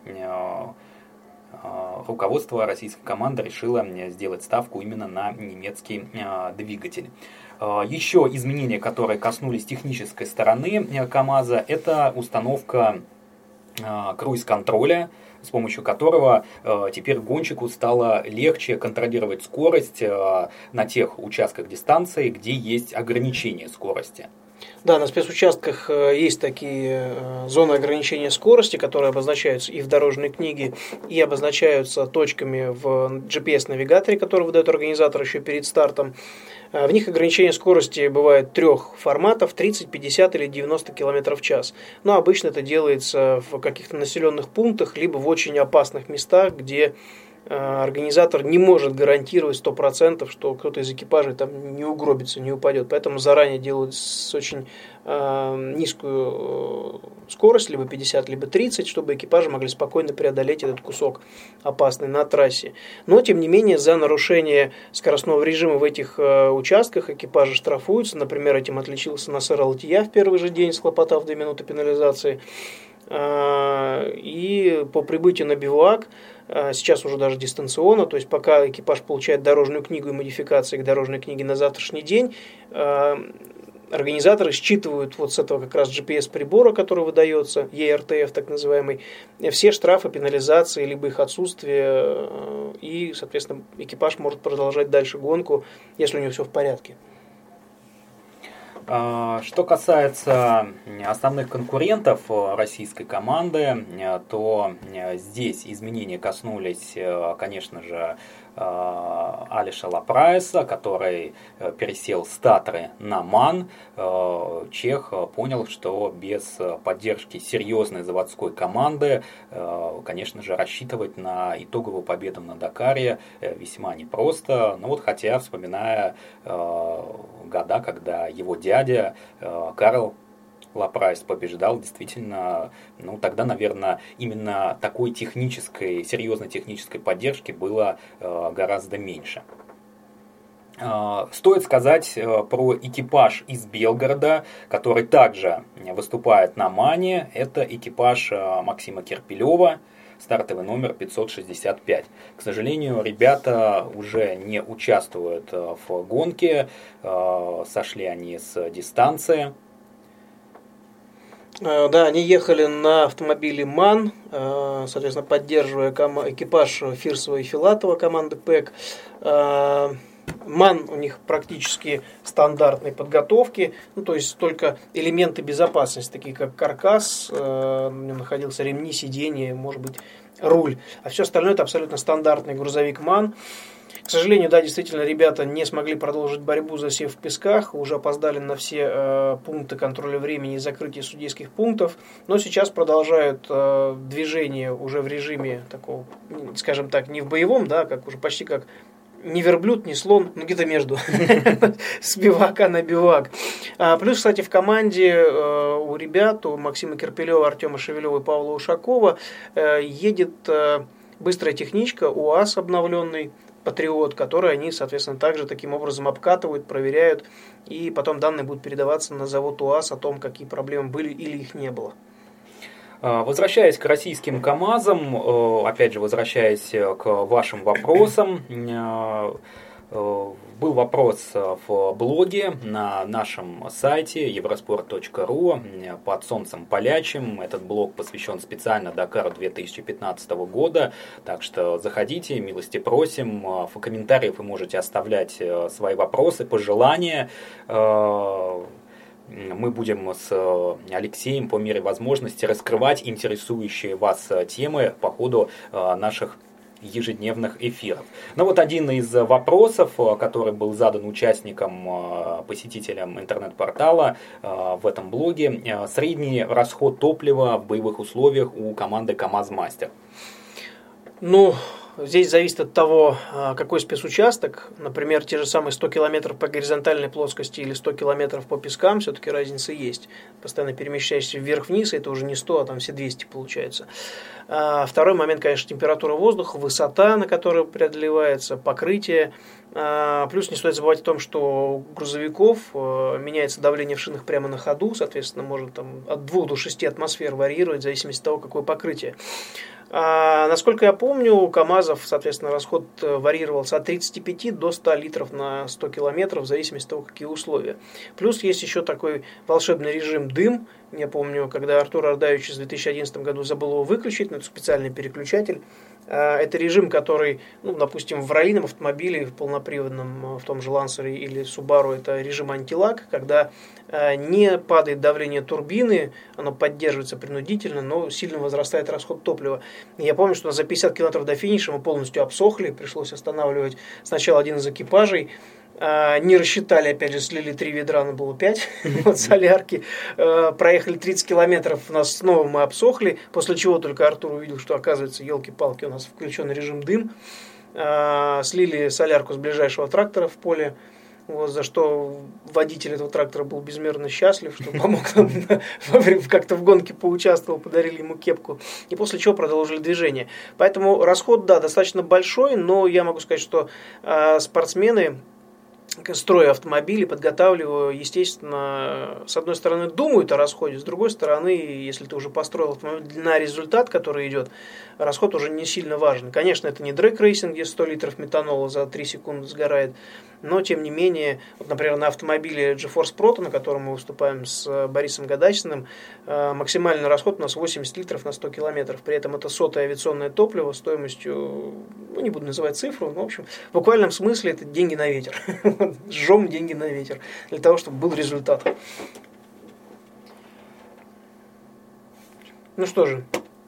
руководство российской команды решило сделать ставку именно на немецкий двигатель. Еще изменения, которые коснулись технической стороны КамАЗа, это установка круиз-контроля, с помощью которого теперь гонщику стало легче контролировать скорость на тех участках дистанции, где есть ограничение скорости. Да, на спецучастках есть такие зоны ограничения скорости, которые обозначаются и в дорожной книге, и обозначаются точками в GPS-навигаторе, который выдает организатор еще перед стартом. В них ограничение скорости бывает трех форматов: 30, 50 или 90 км в час. Но обычно это делается в каких-то населенных пунктах, либо в очень опасных местах, где организатор не может гарантировать 100%, что кто-то из экипажей там не угробится, не упадет. Поэтому заранее делают с очень низкую скорость, либо 50, либо 30, чтобы экипажи могли спокойно преодолеть этот кусок опасный на трассе. Но, тем не менее, за нарушение скоростного режима в этих участках экипажи штрафуются. Например, этим отличился Насер Алтия в первый же день, схлопотав 2 минуты пенализации. И по прибытию на бивуак, сейчас уже даже дистанционно, то есть пока экипаж получает дорожную книгу и модификации к дорожной книге на завтрашний день, организаторы считывают вот с этого как раз GPS-прибора, который выдается, ERTF так называемый, все штрафы, пенализации, либо их отсутствие, и, соответственно, экипаж может продолжать дальше гонку, если у него все в порядке. Что касается основных конкурентов российской команды, то здесь изменения коснулись, конечно же, Алиша Лапрайса, который пересел с Татры на МАН. Чех понял, что без поддержки серьезной заводской команды, конечно же, рассчитывать на итоговую победу на Дакаре весьма непросто. Но вот хотя, вспоминая года, когда его дядя Карл Лапрайс побеждал, действительно, ну тогда, наверное, именно такой серьезной технической поддержки было гораздо меньше. Стоит сказать про экипаж из Белгорода, который также выступает на МАНе. Это экипаж Максима Кирпилева, стартовый номер 565. К сожалению, ребята уже не участвуют в гонке, сошли они с дистанции. Да, они ехали на автомобиле МАН, соответственно, поддерживая экипаж Фирсова и Филатова команды ПЭК. МАН у них практически стандартной подготовки, ну, то есть только элементы безопасности, такие как каркас, в нем находился ремни, сиденье, может быть, руль. А все остальное это абсолютно стандартный грузовик МАН. К сожалению, да, действительно, ребята не смогли продолжить борьбу, засев в песках, уже опоздали на все пункты контроля времени и закрытия судейских пунктов, но сейчас продолжают движение уже в режиме такого, скажем так, не в боевом, да, как уже почти как не верблюд, не слон, ну где-то между, с бивака на бивак. Плюс, кстати, в команде у ребят, у Максима Кирпилева, Артема Шевелева и Павла Ушакова едет быстрая техничка, УАЗ обновленный, Патриот, который они, соответственно, также таким образом обкатывают, проверяют, и потом данные будут передаваться на завод УАЗ о том, какие проблемы были или их не было. Возвращаясь к российским КАМАЗам, опять же, возвращаясь к вашим вопросам, был вопрос в блоге на нашем сайте eurosport.ru под солнцем палячим. Этот блог посвящен специально Дакару 2015 года, так что заходите, милости просим. В комментариях вы можете оставлять свои вопросы, пожелания. Мы будем с Алексеем по мере возможности раскрывать интересующие вас темы по ходу наших ежедневных эфиров. Но вот один из вопросов, который был задан участникам, посетителям интернет-портала в этом блоге: средний расход топлива в боевых условиях у команды КамАЗ-Мастер. Ну, здесь зависит от того, какой спецучасток. Например, те же самые 100 километров по горизонтальной плоскости или 100 километров по пескам, все-таки разница есть. Постоянно перемещаешься вверх-вниз, это уже не 100, а там все 200 получается. Второй момент, конечно, температура воздуха, высота, на которой преодолевается, покрытие. Плюс не стоит забывать о том, что у грузовиков меняется давление в шинах прямо на ходу, соответственно, может там, от 2 до 6 атмосфер варьировать в зависимости от того, какое покрытие. Насколько я помню, у КамАЗов, соответственно, расход варьировался от 35 до 100 литров на 100 километров, в зависимости от того, какие условия. Плюс есть еще такой волшебный режим дым. Я помню, когда Артур Ардаевич в 2011 году забыл его выключить, но это специальный переключатель. Это режим, который, ну, допустим, в раллийном автомобиле, в полноприводном, в том же Лансере или Субару, это режим антилаг, когда не падает давление турбины, оно поддерживается принудительно, но сильно возрастает расход топлива. Я помню, что за 50 километров до финиша мы полностью обсохли, пришлось останавливать сначала один из экипажей, Не рассчитали, опять же, слили 3 ведра, но было 5 вот, солярки. Проехали 30 километров, снова мы обсохли, после чего только Артур увидел, что, оказывается, елки-палки, у нас включен режим дым. Слили солярку с ближайшего трактора в поле, вот, за что водитель этого трактора был безмерно счастлив, что помог нам как-то в гонке поучаствовал, подарили ему кепку. И после чего продолжили движение. Поэтому расход, да, достаточно большой, но я могу сказать, что спортсмены, строя автомобили, подготавливаю, естественно, с одной стороны думают о расходе, с другой стороны, если ты уже построил автомобиль на результат, который идет, расход уже не сильно важен. Конечно, это не дрэг-рейсинг, где 100 литров метанола за 3 секунды сгорает, но, тем не менее, вот, например, на автомобиле GeForce Proto, на котором мы выступаем с Борисом Годачиным, максимальный расход у нас 80 литров на 100 километров. При этом это сотое авиационное топливо стоимостью, не буду называть цифру, но, в общем, в буквальном смысле это деньги на ветер. Сжем деньги на ветер для того, чтобы был результат. Ну что же.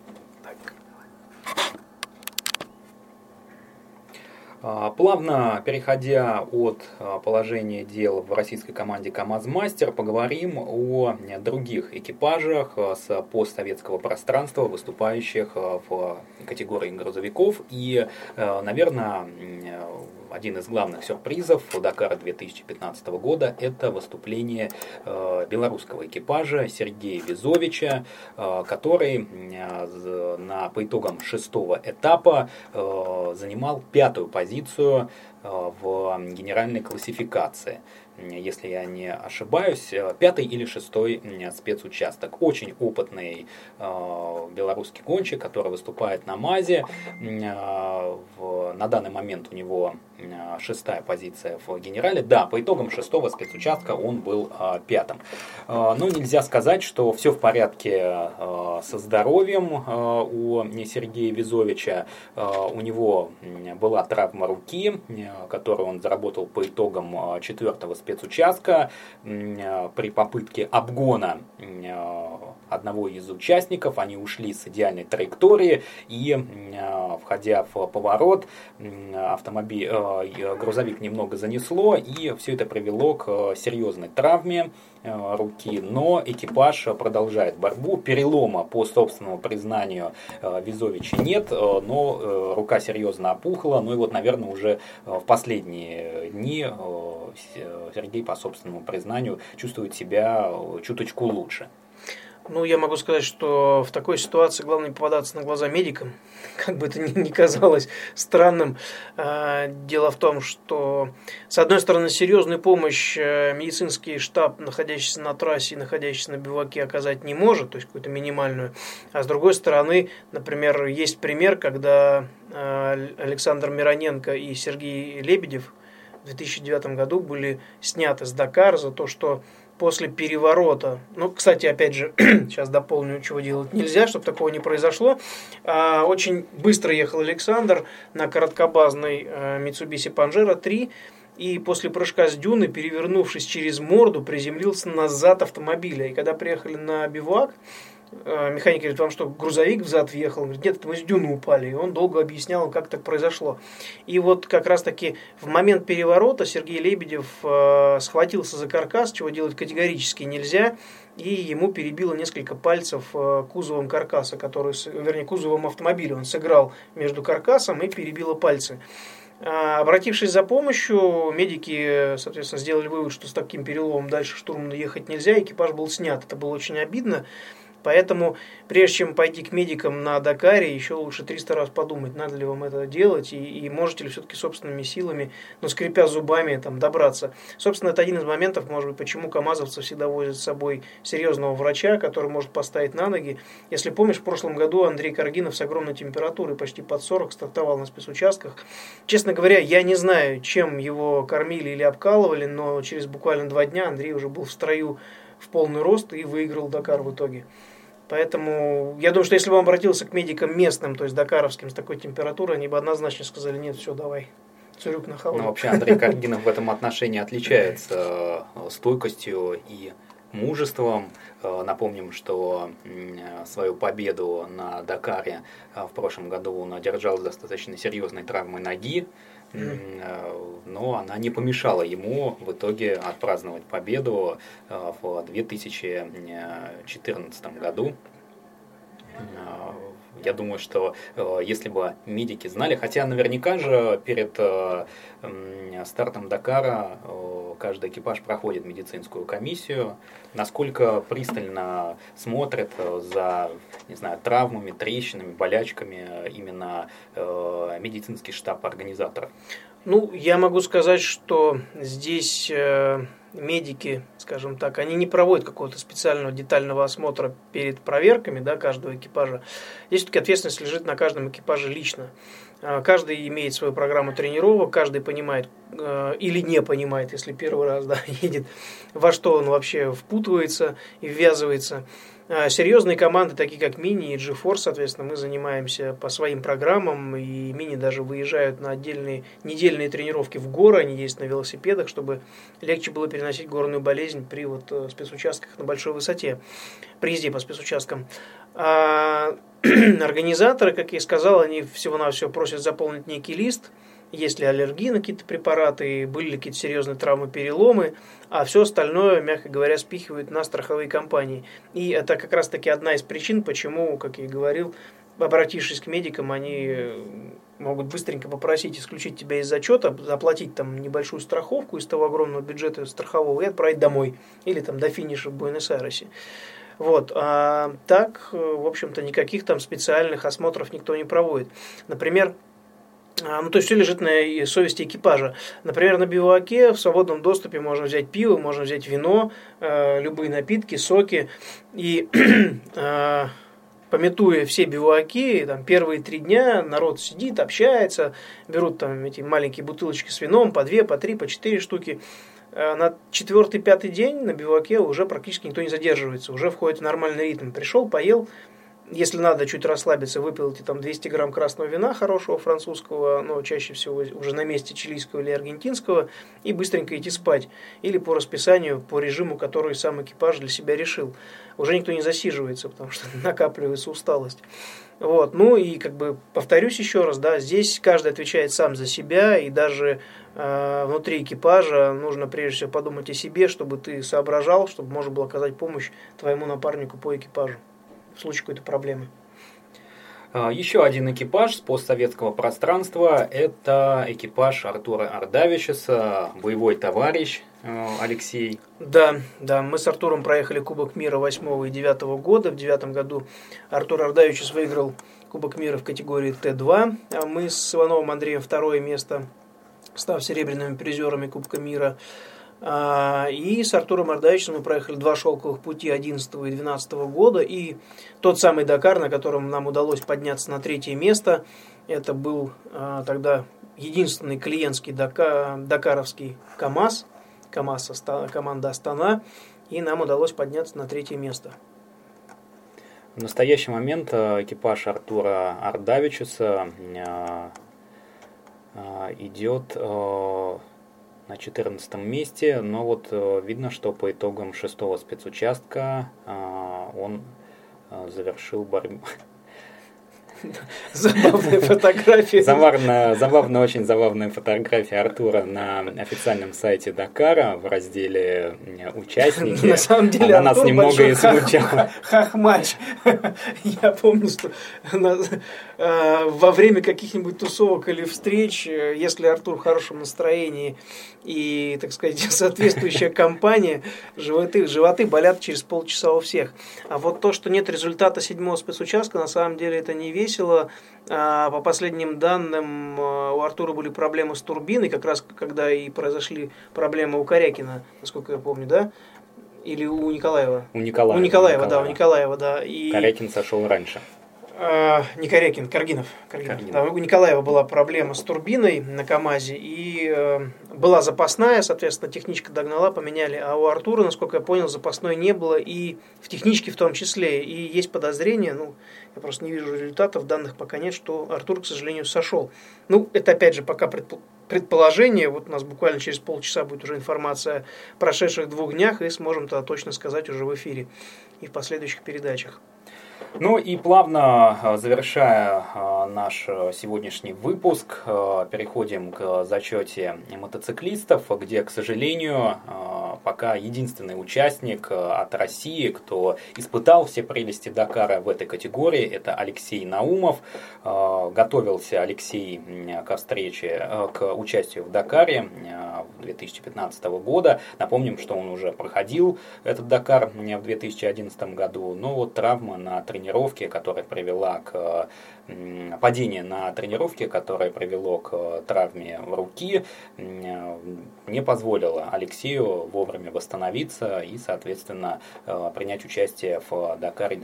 Плавно переходя от положения дел в российской команде КамАЗ-Мастер, поговорим о других экипажах с постсоветского пространства, выступающих в категории грузовиков. И, наверное, один из главных сюрпризов Дакара 2015 года – это выступление белорусского экипажа Сергея Визовича, который по итогам 6-го этапа занимал 5-ю позицию в генеральной классификации. Если я не ошибаюсь, 5-й или 6-й спецучасток. Очень опытный белорусский гонщик, который выступает на МАЗе. На данный момент у него 6-я позиция в генерале. Да, по итогам 6-го спецучастка он был 5-м. Но нельзя сказать, что все в порядке со здоровьем у Сергея Визовича. У него была травма руки, которую он заработал по итогам 4-го спецучастка при попытке обгона одного из участников. Они ушли с идеальной траектории и, входя в поворот, грузовик немного занесло, и все это привело к серьезной травме руки, но экипаж продолжает борьбу. Перелома, по собственному признанию, Визовича нет, но рука серьезно опухла. Ну и вот, наверное, уже в последние дни Сергей, по собственному признанию, чувствует себя чуточку лучше. Ну, я могу сказать, что в такой ситуации главное не попадаться на глаза медикам, как бы это ни казалось странным. Дело в том, что, с одной стороны, серьезную помощь медицинский штаб, находящийся на трассе и находящийся на биваке, оказать не может, то есть какую-то минимальную. А с другой стороны, например, есть пример, когда Александр Мироненко и Сергей Лебедев в 2009 году были сняты с Дакара за то, что после переворота, ну, кстати, опять же, сейчас дополню, чего делать нельзя, чтобы такого не произошло. Очень быстро ехал Александр на короткобазной Mitsubishi Pajero 3, и после прыжка с дюны, перевернувшись через морду, приземлился назад автомобиля. И когда приехали на бивуак, механик говорит: вам что, грузовик взад въехал? Он говорит: нет, это мы с дюны упали. И он долго объяснял, как так произошло. И вот как раз таки в момент переворота Сергей Лебедев схватился за каркас, чего делать категорически нельзя, и ему перебило несколько пальцев кузовом каркаса, кузовом автомобиля. Он сыграл между каркасом и перебило пальцы. Обратившись за помощью, медики, соответственно, сделали вывод, что с таким переломом дальше штурману ехать нельзя, экипаж был снят. Это было очень обидно. Поэтому, прежде чем пойти к медикам на Дакаре, еще лучше 300 раз подумать, надо ли вам это делать, и можете ли все-таки собственными силами, но скрипя зубами, там, добраться. Собственно, это один из моментов, может быть, почему камазовцы всегда возят с собой серьезного врача, который может поставить на ноги. Если помнишь, в прошлом году Андрей Каргинов с огромной температурой, почти под 40, стартовал на спецучастках. Честно говоря, я не знаю, чем его кормили или обкалывали, но через буквально 2 дня Андрей уже был в строю в полный рост и выиграл Дакар в итоге. Поэтому я думаю, что если бы он обратился к медикам местным, то есть дакаровским, с такой температурой, они бы однозначно сказали: нет, все, давай, цурюк на халу. Ну, вообще Андрей Каргинов в этом отношении отличается стойкостью и мужеством. Напомним, что свою победу на Дакаре в прошлом году он одержал с достаточно серьезной травмой ноги. но она не помешала ему в итоге отпраздновать победу в 2014 году. Я думаю, что если бы медики знали, хотя наверняка же перед стартом Дакара каждый экипаж проходит медицинскую комиссию, насколько пристально смотрят за, не знаю, травмами, трещинами, болячками именно медицинский штаб организатора. Ну, я могу сказать, что здесь медики, скажем так, они не проводят какого-то специального детального осмотра перед проверками, да, каждого экипажа. Здесь все-таки ответственность лежит на каждом экипаже лично. Каждый имеет свою программу тренировок, каждый понимает или не понимает, если первый раз, да, едет, во что он вообще впутывается и ввязывается. Серьезные команды, такие как Мини и G-Force, соответственно, мы занимаемся по своим программам, и Мини даже выезжают на отдельные недельные тренировки в горы, они ездят на велосипедах, чтобы легче было переносить горную болезнь при спецучастках на большой высоте, при езде по спецучасткам. Организаторы, как я и сказал, они всего-навсего просят заполнить некий лист, есть ли аллергии на какие-то препараты, были ли какие-то серьезные травмы, переломы, а все остальное, мягко говоря, спихивают на страховые компании. И это как раз-таки одна из причин, почему, как я и говорил, обратившись к медикам, они могут быстренько попросить исключить тебя из зачета, заплатить там небольшую страховку из того огромного бюджета страхового и отправить домой, или там до финиша в Буэнос-Айресе. Вот. А так, в общем-то, никаких там специальных осмотров никто не проводит. Например, то есть все лежит на совести экипажа. Например, на бивуаке в свободном доступе можно взять пиво, можно взять вино, любые напитки, соки. И памятуя все бивуаки, там, первые 3 дня народ сидит, общается, берут там эти маленькие бутылочки с вином, по 2, по 3, по 4 штуки. На 4-5 день на бивуаке уже практически никто не задерживается, уже входит в нормальный ритм. Пришел, поел, если надо чуть расслабиться, выпил там 200 грамм красного вина хорошего французского, но чаще всего уже на месте чилийского или аргентинского, и быстренько идти спать. Или по расписанию, по режиму, который сам экипаж для себя решил. Уже никто не засиживается, потому что накапливается усталость. Вот. Ну и как бы повторюсь еще раз, да, здесь каждый отвечает сам за себя, и даже внутри экипажа нужно прежде всего подумать о себе, чтобы ты соображал, чтобы можно было оказать помощь твоему напарнику по экипажу в случае какой-то проблемы. Еще один экипаж с постсоветского пространства – это экипаж Артура Ардавичуса, боевой товарищ Алексей. Да, мы с Артуром проехали Кубок мира 8 и 9 года. В 9 году Артур Ардавичус выиграл Кубок мира в категории Т2, а мы с Ивановым Андреем 2 место, став серебряными призерами Кубка мира. И с Артуром Ардавичусом мы проехали 2 шелковых пути 11 и 12 года. И тот самый Дакар, на котором нам удалось подняться на 3 место, это был тогда единственный клиентский дакаровский КАМАЗ, команда Астана, и нам удалось подняться на 3 место. В настоящий момент экипаж Артура Ардавичуса идет на 14 месте, но вот видно, что по итогам 6-го спецучастка он завершил борьбу. Забавная фотография. Очень забавная фотография Артура на официальном сайте Дакара в разделе «Участники». На самом деле, она нас немного и смущала. Хахмач. Я помню, что во время каких-нибудь тусовок или встреч, если Артур в хорошем настроении и, так сказать, соответствующая компания, животы болят через полчаса у всех. А вот то, что нет результата 7-го спецучастка, на самом деле это не весело. По последним данным, у Артура были проблемы с турбиной, как раз когда и произошли проблемы у Корякина, насколько я помню, да? Или у Николаева? У Николаева, да. И Корякин сошел раньше. Не Корякин, Каргинов. Да, у Николаева была проблема с турбиной на КамАЗе, и была запасная, соответственно, техничка догнала, поменяли, а у Артура, насколько я понял, запасной не было, и в техничке в том числе, и есть подозрение, я просто не вижу результатов, данных пока нет, что Артур, к сожалению, сошел. Это опять же пока предположения. Вот у нас буквально через полчаса будет уже информация о прошедших 2 днях, и сможем тогда точно сказать уже в эфире и в последующих передачах. Ну и плавно завершая наш сегодняшний выпуск, переходим к зачете мотоциклистов, где, к сожалению, пока единственный участник от России, кто испытал все прелести Дакара в этой категории, это Алексей Наумов. Готовился Алексей к встрече, к участию в Дакаре 2015 года. Напомним, что он уже проходил этот Дакар в 2011 году, но вот травма на тренировке, которая привела к падение на тренировке, которое привело к травме руки, не позволило Алексею вовремя восстановиться и, соответственно, принять участие в Дакаре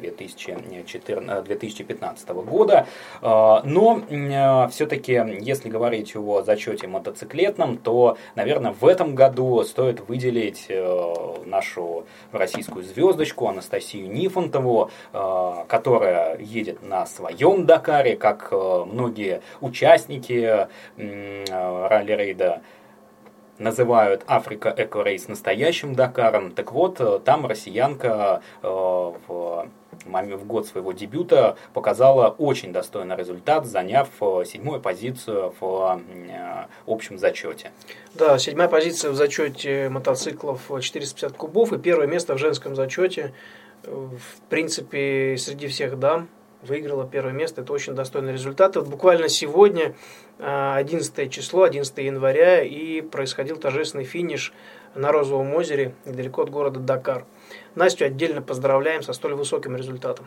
2015 года. Но все-таки, если говорить о зачете мотоциклетном, то, наверное, в этом году стоит выделить нашу российскую звездочку Анастасию Нифонтову, которая едет на своем Дакаре, как многие участники ралли-рейда называют Африка Эко-рейс настоящим Дакаром. Так вот, там россиянка в год своего дебюта показала очень достойный результат, заняв 7-ю позицию в общем зачете. Да, 7-я позиция в зачете мотоциклов 450 кубов и 1-е место в женском зачете. В принципе, среди всех дам выиграла 1-е место. Это очень достойный результат. И вот буквально сегодня, 11 число, 11 января, и происходил торжественный финиш на Розовом озере, недалеко от города Дакар. Настю отдельно поздравляем со столь высоким результатом.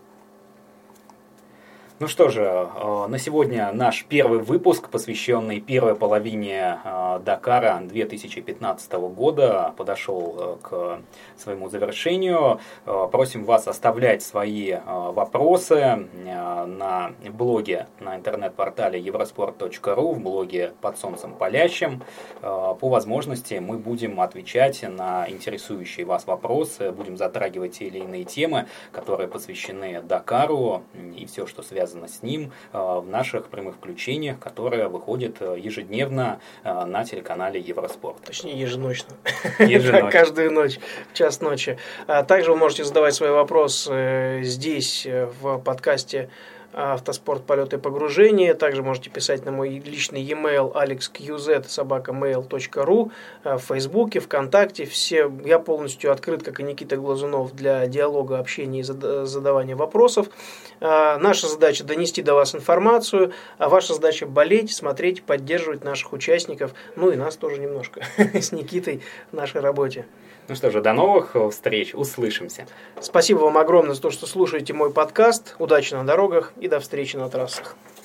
Ну что же, на сегодня наш первый выпуск, посвященный первой половине Дакара 2015 года, подошел к своему завершению. Просим вас оставлять свои вопросы на блоге, на интернет-портале eurosport.ru, в блоге «Под солнцем палящим». По возможности мы будем отвечать на интересующие вас вопросы, будем затрагивать те или иные темы, которые посвящены Дакару и все, что связано с ним в наших прямых включениях, которые выходят ежедневно на телеканале Евроспорт. Точнее, еженочно. Каждую ночь, в час ночи. Также вы можете задавать свои вопросы здесь, в подкасте «Автоспорт. Полеты и погружения». Также можете писать на мой личный e-mail alexqz@mail.ru, в Фейсбуке, ВКонтакте. Я полностью открыт, как и Никита Глазунов, для диалога, общения и задавания вопросов. Наша задача донести до вас информацию, а ваша задача болеть, смотреть, поддерживать наших участников, ну и нас тоже немножко с Никитой в нашей работе. Ну что же, до новых встреч, услышимся. Спасибо вам огромное за то, что слушаете мой подкаст. Удачи на дорогах и до встречи на трассах.